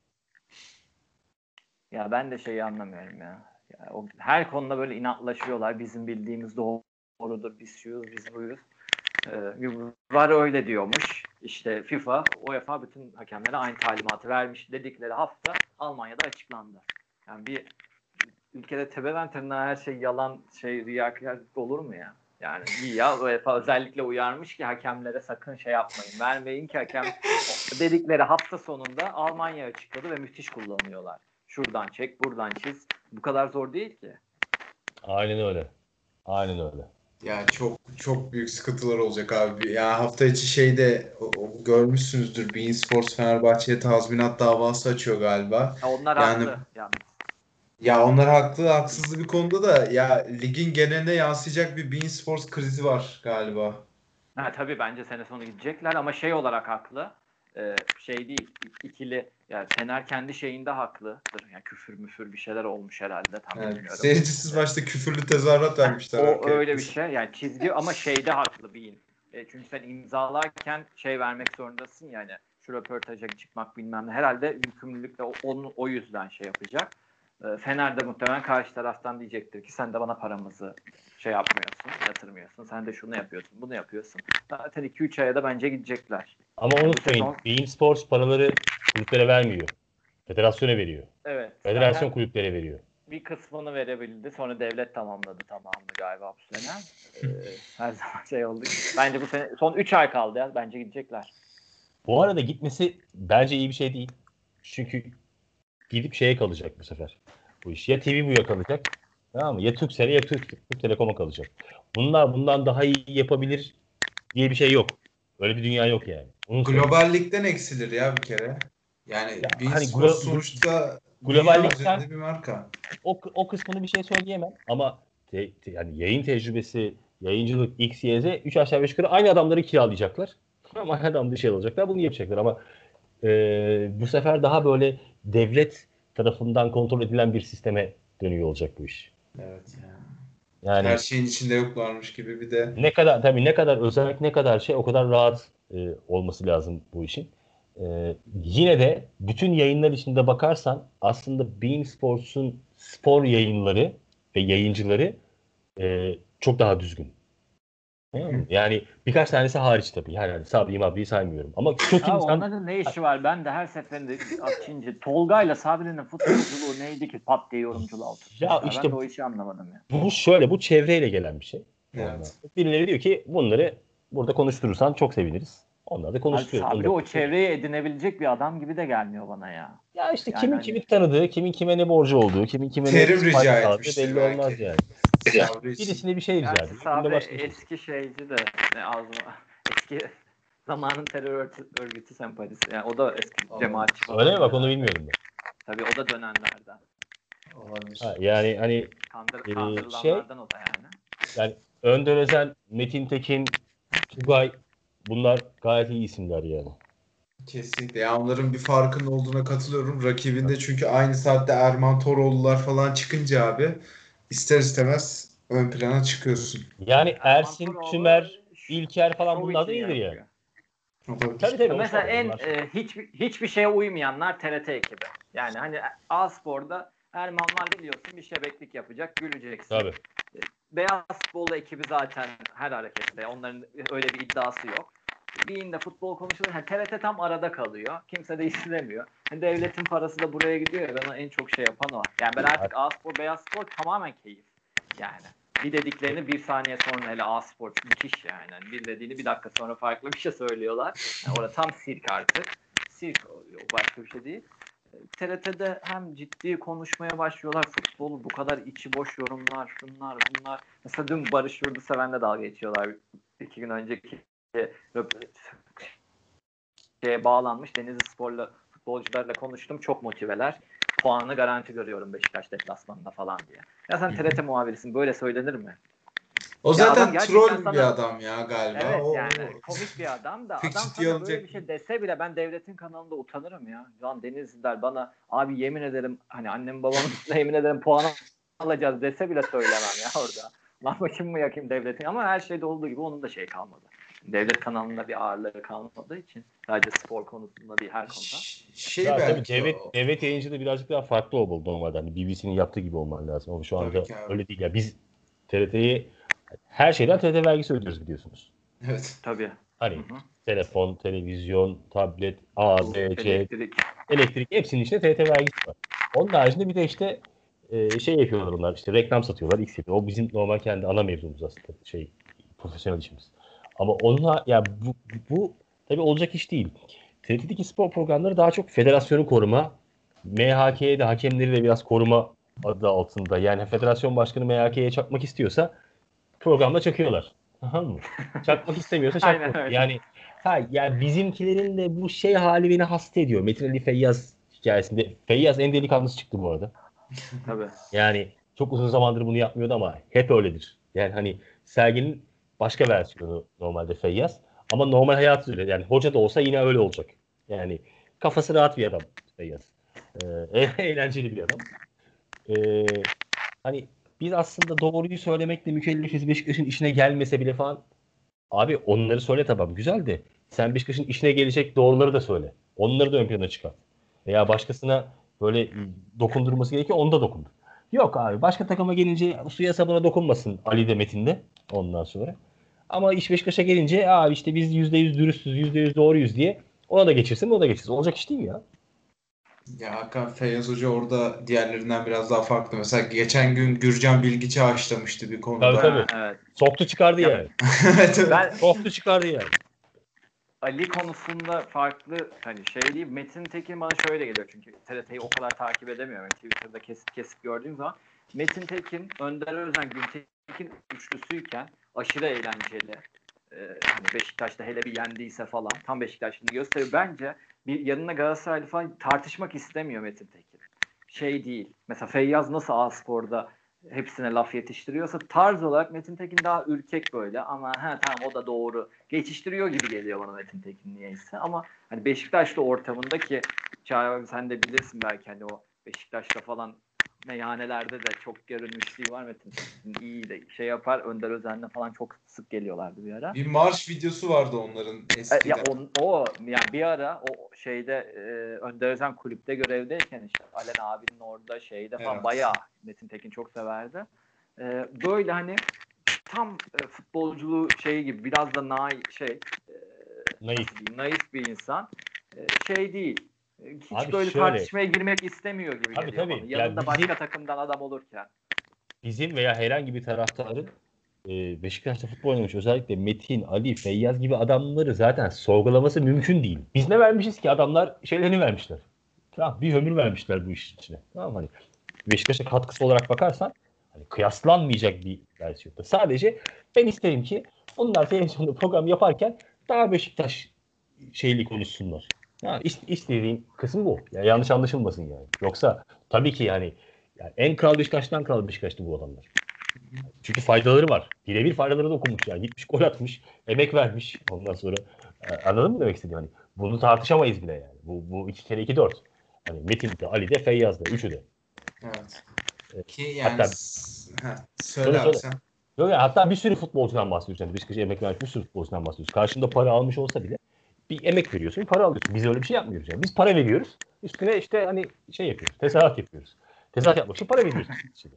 Ya ben de şeyi anlamıyorum ya. Ya o, her konuda böyle inatlaşıyorlar. Bizim bildiğimiz doğrudur. Biz şuyuz, biz buyuz. Ee, var öyle diyormuş. İşte FIFA, UEFA bütün hakemlere aynı talimatı vermiş dedikleri hafta Almanya'da açıklandı. Yani bir ülkede tepeden tırnağa her şey yalan, şey riyakarlık olur mu ya? Yani iyi ya UEFA özellikle uyarmış ki hakemlere sakın şey yapmayın. Vermeyin ki hakem dedikleri hafta sonunda Almanya açıkladı ve müthiş kullanıyorlar. Şuradan çek, buradan çiz. Bu kadar zor değil ki. Aynen öyle. Aynen öyle. Yani çok çok büyük sıkıntılar olacak abi. Ya hafta içi şeyde o- o görmüşsünüzdür. beIN Sports Fenerbahçe'ye tazminat davası açıyor galiba. Ya onlar Yani haklı. Yani ya onlar haklı haksızlı bir konuda da ya ligin geneline yansıyacak bir beIN Sports krizi var galiba. ha, tabii bence sene sonu gidecekler ama şey olarak haklı. Ee, şey değil ikili yani Fener kendi şeyinde haklıdır. Yani küfür müfür bir şeyler olmuş herhalde tam Evet, bilmiyorum. seyircisiz maçta küfürlü tezahürat vermişler O arkaya. öyle bir şey yani çizgi ama şeyde haklı bir e, çünkü sen imzalarken şey vermek zorundasın yani şu röportaja çıkmak bilmem ne herhalde yükümlülükle o, onun, o yüzden şey yapacak. E, Fener de muhtemelen karşı taraftan diyecektir ki sen de bana paramızı şey yapmıyorsun, yatırmıyorsun. Sen de şunu yapıyorsun, bunu yapıyorsun. Zaten iki üç aya da bence gidecekler. Ama Yani bu unutmayın sezon beIN Sports paraları kulüplere vermiyor. Federasyona veriyor. evet Federasyon zaten kulüplere veriyor. bir kısmını verebildi. Sonra devlet tamamladı tamamını galiba bu sene. Ee, her zaman şey oldu. Bence bu sene son üç ay kaldı ya. Bence gidecekler. Bu arada gitmesi bence iyi bir şey değil. Çünkü gidip şeye kalacak bu sefer. Bu iş ya T V Bu'ya kalacak. Tamam mı? Ya Turkcell'e ya Türk, Türk Telekom'a kalacak. Bunlar bundan daha iyi yapabilir diye bir şey yok. Öyle bir dünya yok yani. Onu söyleyeyim. Globallikten eksilir ya bir kere. Yani Ya beIN hani Sports glo- glo- sonuçta dünya globallikten üzerinde bir marka. o, o kısmını bir şey söyleyemem ama te, te- yani yayın tecrübesi, yayıncılık X, Y, Z üç aşağı beş yukarı aynı adamları kiralayacaklar. Ama aynı adam bir şey alacaklar. Bunu yapacaklar ama e, bu sefer daha böyle devlet tarafından kontrol edilen bir sisteme dönüyor olacak bu iş. Evet ya. Her Yani şeyin içinde yoklarmış gibi bir de. ne kadar tabii ne kadar özellik ne kadar şey o kadar rahat e, olması lazım bu işin. E, yine de bütün yayınlar içinde bakarsan aslında beIN Sports'un spor yayınları ve yayıncıları e, çok daha düzgün. Tamam mı? Yani birkaç tanesi hariç tabii. Yani hani Sabri Mabri'yi saymıyorum. Ama çok Abi insan onların ne işi var? Ben de her seferinde Akçinci, Tolga'yla Sabri'nin futbolculuğu neydi ki pat diye yorumculuğa ya oturtmuşlar. Ben işte de o işi anlamadım ya. bu şöyle bu çevreyle gelen bir şey. Ondan. Evet. Birileri diyor ki bunları burada konuşturursan çok seviniriz. Onlar da Abi konuşturuyor. Sabri Bunda o bir şey yok. çevreyi edinebilecek bir adam gibi de gelmiyor bana ya. Ya işte Yani kimin hani kimi tanıdığı, kimin kime ne borcu olduğu, kimin kime ne Terim fayda rica sağladığı etmiştir belli olmaz belki. yani. Sabri için. Birisine bir şey rica gerçi ediyor. Birine Sabri başka bir şey. eski şeyci de ne ağzıma eski zamanın terör örgütü, örgütü sempatisi. Yani o da eski Aa, cemaatçi falan. Öyle mi? Bak onu herhalde. bilmiyordum ben. Tabii o da dönenlerden. Ha, Olabilir. yani hani Kandır, e, şey kandırılanlardan o da yani. yani Önder Özen, Metin Tekin, Tugay bunlar gayet iyi isimler yani. Kesinlikle. Ya onların bir farkının olduğuna katılıyorum. Rakibinde çünkü aynı saatte Erman Toroğlular falan çıkınca abi ister istemez ön plana çıkıyorsun. Yani Erman Ersin, Toroğlu Tümer, ş- İlker falan şov bunlar da için iyidir yani. yapıyor. Tabii Olabilir. tabii Ya o mesela şov. en Bunlar şov. e, hiç hiçbir şeye uymayanlar T R T ekibi. Yani hani A-Spor'da Ermanlar biliyorsun bir şebeklik yapacak, güleceksin. Tabii. E, Beyaz futbol ekibi zaten her harekette. Onların öyle bir iddiası yok. Bir de futbol konuşulur. Yani T R T tam arada kalıyor. Kimse de izlemiyor. Yani devletin parası da buraya gidiyor ya. Bana en çok şey yapan o. Yani ben artık A-Spor, Beyaz Spor tamamen keyif. Yani bir dediklerini bir saniye sonra hele A-Spor müthiş yani. yani. Bir dediğini bir dakika sonra farklı bir şey söylüyorlar. Yani orada tam sirk artık. Sirk oluyor. Başka bir şey değil. T R T'de hem ciddi konuşmaya başlıyorlar futbolu, bu kadar içi boş yorumlar, şunlar bunlar. Mesela dün Barış Yurduseven'le dalga geçiyorlar. İki gün önceki şeye bağlanmış. Denizli Spor'la futbolcularla konuştum. Çok motiveler. Puanı garanti görüyorum Beşiktaş deplasmanında falan diye. Ya sen T R T muhabirisin. Böyle söylenir mi? O Ya adam zaten gerçekten troll bir sana adam ya galiba. evet O, yani o komik bir adam da adam fikstürü sana böyle alacak. bir şey dese bile ben devletin kanalında utanırım ya. Can Denizliler bana abi yemin ederim hani annem babamın üstüne yemin ederim puan alacağız dese bile söylemem ya orada. Lan başım mı yakayım devletin ama her şeyde olduğu gibi onun da şey kalmadı. Devlet kanalında bir ağırlığı kalmadığı için sadece spor konusunda değil her konuda. Ş- Şey Ya tabii belki devlet o. devlet yayıncı da birazcık daha farklı olmalı normalde. Hani B B C'nin yaptığı gibi olman lazım. Ama şu Tabii anda ki abi. öyle değil. Ya biz T R T'yi her şeyden T R T vergisi ödüyoruz biliyorsunuz. Evet. Tabii. Hı Hani hı. telefon, televizyon, tablet, A, Su, B, C, elektrik. elektrik hepsinin içinde T R T vergisi var. Onun haricinde bir de işte e, şey yapıyorlar onlar işte reklam satıyorlar X yapıyor. O bizim normal kendi ana mevzumuz aslında şey profesyonel işimiz. Ama onunla ya bu, bu tabii olacak iş değil. T R T'deki spor programları daha çok federasyonu koruma, M H K'de hakemleri de biraz koruma adı altında. Yani federasyon başkanı M H K'ye çakmak istiyorsa programda çakıyorlar. Tamam mı? Çakmak istemiyorsa Aynen çakmıyor. öyle. Yani ha yani bizimkilerin de bu şey hali beni hasta ediyor. Metin Ali Feyyaz hikayesinde. Feyyaz en delikanlısı çıktı bu arada. Tabii. Yani çok uzun zamandır bunu yapmıyordu ama hep öyledir. Yani hani Sergen'in başka versiyonu normalde Feyyaz. Ama normal hayatı öyle. Yani hoca da olsa yine öyle olacak. Yani kafası rahat bir adam Feyyaz. Ee, eğlenceli bir adam. Ee, hani biz aslında doğruyu söylemekle mükellefiz. Beşiktaş'ın işine gelmese bile falan. Abi onları söyle tamam güzel de sen Beşiktaş'ın işine gelecek doğruları da söyle. Onları da ön plana çıkar. Veya başkasına böyle dokundurması gerekiyor onu da dokundur. Yok abi başka takıma gelince suya sabuna dokunmasın Ali de Metin de ondan sonra. Ama iş Beşiktaş'a gelince abi işte biz yüzde yüz dürüstüz, yüzde yüz doğruyuz diye ona da geçirsin, o da geçirsin. Olacak iş değil ya. Ya Hakan Feyyaz Hoca orada diğerlerinden biraz daha farklı. Mesela geçen gün Gürcan Bilgiç'i haşlamıştı bir Tabii konuda. tabii. Ha, evet. Soktu çıkardı Ya yani. Evet, evet. ben Soktu çıkardı yani. Ali konusunda farklı hani şey değil. Metin Tekin bana şöyle geliyor çünkü T R T'yi o kadar takip edemiyorum. Yani Twitter'da kesip kesip gördüğüm zaman Metin Tekin, Önder Özen, Güntekin üçlüsüyken aşırı eğlenceli. Ee, hani Beşiktaş'ta hele bir yendiyse falan tam Beşiktaş'ını gösteriyor. Bence bir yanına Galatasaraylı falan tartışmak istemiyor Metin Tekin. Şey değil. Mesela Feyyaz nasıl A-Spor'da hepsine laf yetiştiriyorsa tarz olarak Metin Tekin daha ürkek böyle ama ha tamam o da doğru geçiştiriyor gibi geliyor bana Metin Tekin niyeyse ama hani Beşiktaşlı ortamındaki Çağrı abi sen de bilirsin belki hani o Beşiktaş'ta falan meyhanelerde de çok görünmüşlüğü var Metin Tekin iyi de şey yapar Önder Özen'le falan çok sık geliyorlardı bir ara. Bir marş videosu vardı onların E, ya eskiden. on, o yani bir ara o şeyde e, Önder Özen kulüpte görevdeyken işte Alen abinin orada şeyde falan Evet. bayağı Metin Tekin çok severdi. E, böyle hani tam e, futbolculuğu şeyi gibi biraz da nay şey e, Naif. nasıl diyeyim naif bir insan. E, şey değil. E, Hiç Abi böyle şöyle. tartışmaya girmek istemiyor gibi Tabii geliyor tabii. bana. Ya Yanında bizim başka takımdan adam olurken. bizim veya herhangi bir taraftarın e, Beşiktaş'ta futbol oynamış özellikle Metin, Ali, Feyyaz gibi adamları zaten sorgulaması mümkün değil. Biz ne vermişiz ki adamlar şeylerini vermişler. Tamam bir ömür vermişler bu iş içine. Tamam hani Beşiktaş'a katkısı olarak bakarsan hani kıyaslanmayacak bir versiyonda. Sadece ben isterim ki onlar televizyonda program yaparken daha Beşiktaş şeyli konuşsunlar. Ya ist- istediğim kısım bu. Ya yanlış anlaşılmasın yani. Yoksa tabii ki yani, yani en kral Beşiktaş'tan kral Beşiktaş'tı bu adamlar. Çünkü faydaları var. Birebir faydaları dokunmuş yani. Gitmiş gol atmış, emek vermiş ondan sonra. E, anladın mı demek istediğim? Hani bunu tartışamayız bile yani. Bu, bu iki kere iki dört. Hani Metin de, Ali de, Feyyaz da. Üçü de. Evet. Evet. Ki yani Hatta s- ha, söyle söyle abi söyle. sen. Yok ya, hatta bir sürü futbolcudan bahsediyoruz. Yani Beşiktaş'a emek vermiş bir sürü futbolcudan bahsediyoruz. Karşında para almış olsa bile bir emek veriyorsun, para alıyorsun. Biz öyle bir şey yapmıyoruz yani. Biz para veriyoruz. Üstüne işte hani şey yapıyoruz. Tezahürat yapıyoruz. Tezahürat yapmak için para veriyoruz. Şimdi.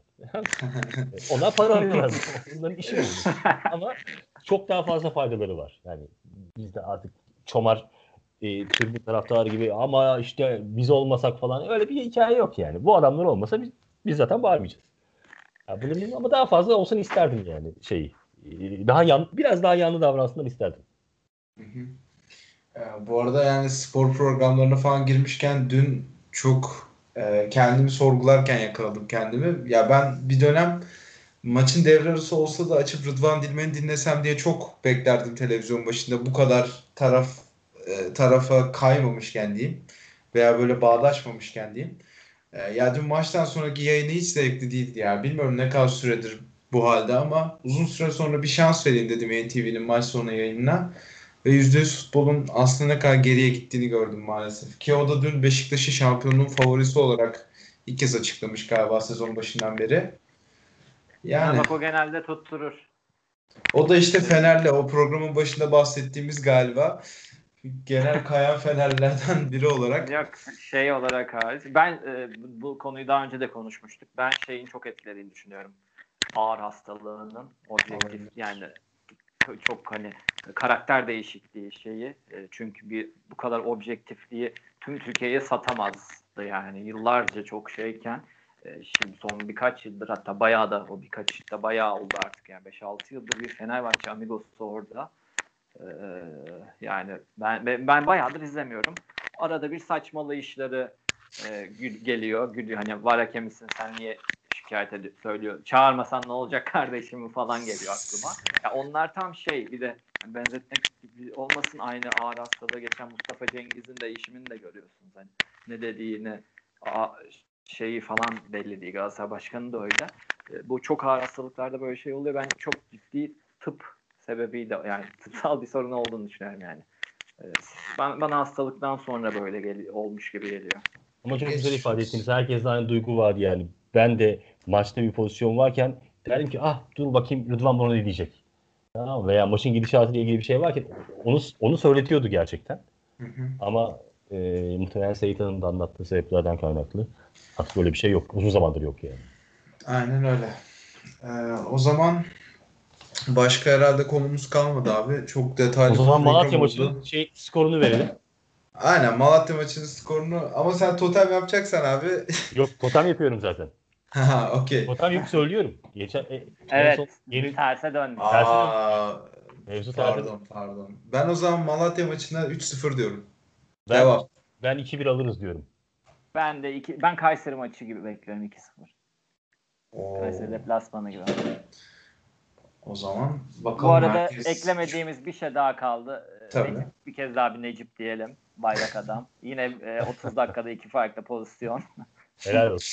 Onlar para alıyorlar. Onların işi bu. Ama çok daha fazla faydaları var. Yani biz de artık çomar e, tribün taraftarı gibi ama işte biz olmasak falan öyle bir hikaye yok yani. Bu adamlar olmasa biz, biz zaten bağırmayacağız. Ya bunun, ama daha fazla olsun isterdim yani şey. e, Daha yan, biraz daha yanlı davransınlar isterdim. Hı hı. Ee, bu arada yani spor programlarına falan girmişken dün çok e, kendimi sorgularken yakaladım kendimi. Ya ben bir dönem maçın devre arası olsa da açıp Rıdvan Dilmen'i dinlesem diye çok beklerdim televizyon başında. Bu kadar taraf e, tarafa kaymamışken diyeyim veya böyle bağdaşmamışken diyeyim. E, ya dün maçtan sonraki yayını hiç zevkli değildi ya. Bilmiyorum ne kadar süredir bu halde ama uzun süre sonra bir şans vereyim dedim N T V'nin maç sonu yayınına. Ve yüzde yüz futbolun aslında ne kadar geriye gittiğini gördüm maalesef. Ki o da dün Beşiktaş'ı şampiyonluğun favorisi olarak ilk kez açıklamış galiba sezon başından beri. Ha, Yani bak o genelde tutturur. o da işte Fener'le o programın başında bahsettiğimiz galiba genel kayan Fenerlerden biri olarak. Yok şey olarak hariç. Ben e, bu, bu konuyu daha önce de konuşmuştuk. Ben şeyin çok etkilediğini düşünüyorum. Ağır hastalığının objektif Olabilir. yani çok hani karakter değişikliği şeyi. E, çünkü bir bu kadar objektifliği tüm Türkiye'ye satamazdı yani. Yıllarca çok şeyken e, şimdi son birkaç yıldır hatta bayağı da o birkaç yılda bayağı oldu artık yani beş altı yıldır bir Fenerbahçe amigosu orada. Ee, yani ben, ben ben bayağıdır izlemiyorum. Arada bir saçmalayışları e, gül, geliyor. Gülüyor. Hani var hakemisin sen niye şikayet ediyor, söylüyor. Çağırmasan ne olacak kardeşim falan geliyor aklıma. Ya onlar tam şey bir de benzetmek gibi olmasın aynı ağır hastalığı geçen Mustafa Cengiz'in de işimini de görüyorsunuz. Hani ne dediğini a, şeyi falan belli değil. Galatasaray Başkanı da öyle. E, bu çok ağır hastalıklarda böyle şey oluyor. Ben çok ciddi tıp sebebiyle yani tıpsal bir sorun olduğunu düşünüyorum yani. Ee, ben, bana hastalıktan sonra böyle gel- olmuş gibi geliyor. Ama çok güzel Geçmiş ifade ettiniz. olsun. Herkeste aynı duygu var yani. Ben de maçta bir pozisyon varken derdim ki ah dur bakayım Rıdvan bana ne diyecek. Tamam mı? Veya maçın gidişatıyla ilgili bir şey varken onu onu söyletiyordu gerçekten. Hı hı. Ama e, muhtemelen Seyit Hanım'ın da anlattığı sebeplerden kaynaklı. Artık böyle bir şey yok. Uzun zamandır yok yani. Aynen öyle. Ee, o zaman başka herhalde konumuz kalmadı abi. Çok O detaylı bir zaman program Malatya maçının oldu. şey skorunu verelim. Aynen Malatya maçının skorunu ama sen totem yapacaksan abi. Yok totem yapıyorum zaten. Ha, okey. Totem yapıp söylüyorum. Geçen e, en son Evet, yeni terse dönmüş. terse dönmüş. Aa, Mevzu terse dönmüş. pardon pardon. Ben o zaman Malatya maçına üç sıfır diyorum. Ben Devam. ben iki bir alırız diyorum. Ben de iki, ben Kayseri maçı gibi bekliyorum iki sıfır. Kayseri Oo, deplasmanı gibi. o zaman Bu bakalım arada herkes. eklemediğimiz bir şey daha kaldı. Ee, Tabii. Necip bir kez daha bir Necip diyelim. Bayrak adam. Yine e, otuz dakikada iki farklı pozisyon. Helal olsun.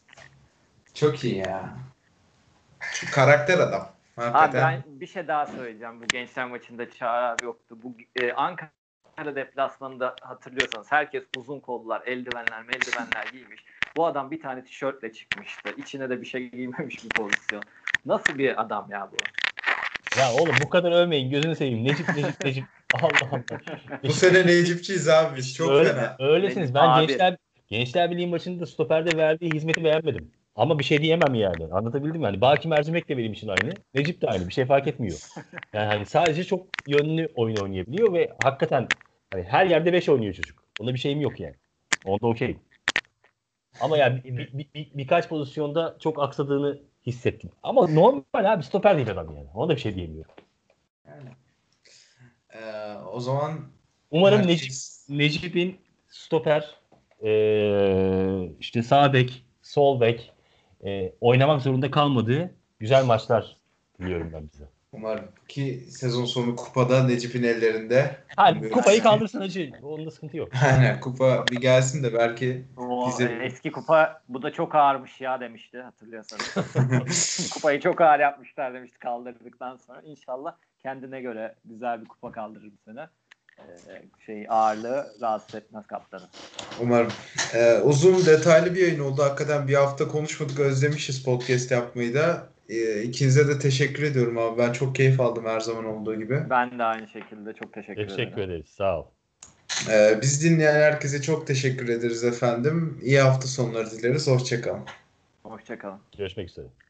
Çok iyi ya. Şu karakter adam. Abi Hakikaten. ben bir şey daha söyleyeceğim. Bu gençler maçında Çağrı abi yoktu. Bu e, Ankara deplasmanında hatırlıyorsanız herkes uzun kollular, eldivenler, meldivenler giymiş. Bu adam bir tane tişörtle çıkmıştı. İçine de bir şey giymemiş bir pozisyon. Nasıl bir adam ya bu? Ya oğlum bu kadar övmeyin gözünü seveyim. Necip Necip Necip. Allah Allah. Bu sene Beşiktaş'ın Necipçiyiz abi biz. Çok öyle fena. öylesiniz. Necip Ben abi. Gençler Gençler Birliği maçında stoperde verdiği hizmeti beğenmedim. Ama bir şey diyemem yani. Anlatabildim mi? Yani Baki Mercimek de benim için aynı. Necip de aynı. Bir şey fark etmiyor. Yani hani sadece çok yönlü oyun oynayabiliyor ve hakikaten hani her yerde beş oynuyor çocuk. Onda bir şeyim yok yani. Onda okey. Ama yani bir, bir, bir, bir- birkaç pozisyonda çok aksadığını hissettim. Ama normal abi stoper değil adam yani. Ona da bir şey diyemiyorum. Yani. Ee, o zaman Umarım Necip herkes Necip'in stoper eee, işte sağ bek, sol bek eee, oynamak zorunda kalmadığı güzel maçlar diliyorum ben bize. umarım ki sezon sonu kupada Necip'in ellerinde. Ha, Umuyoruz kupayı Aynen. ki. kaldırsın hacı. Onda sıkıntı yok. Aynen kupa bir gelsin de belki O bize e, eski kupa bu da çok ağırmış ya demişti hatırlıyorsanız. Kupayı çok ağır yapmışlar demişti kaldırdıktan sonra. İnşallah kendine göre güzel bir kupa kaldırır bu sene. e, şey ağırlığı rahatsız etmez kaptanı. Umarım. Ee, uzun detaylı bir yayın oldu. Hakikaten bir hafta konuşmadık. Özlemişiz podcast yapmayı da. Ee, ikinize de teşekkür ediyorum abi. Ben çok keyif aldım her zaman olduğu gibi. Ben de aynı şekilde çok teşekkür, Teşekkür ederim. ederiz. Sağ ol. Ee, biz dinleyen herkese çok teşekkür ederiz efendim. İyi hafta sonları dileriz. Hoşça kalın. Hoşçakalın. Görüşmek üzere.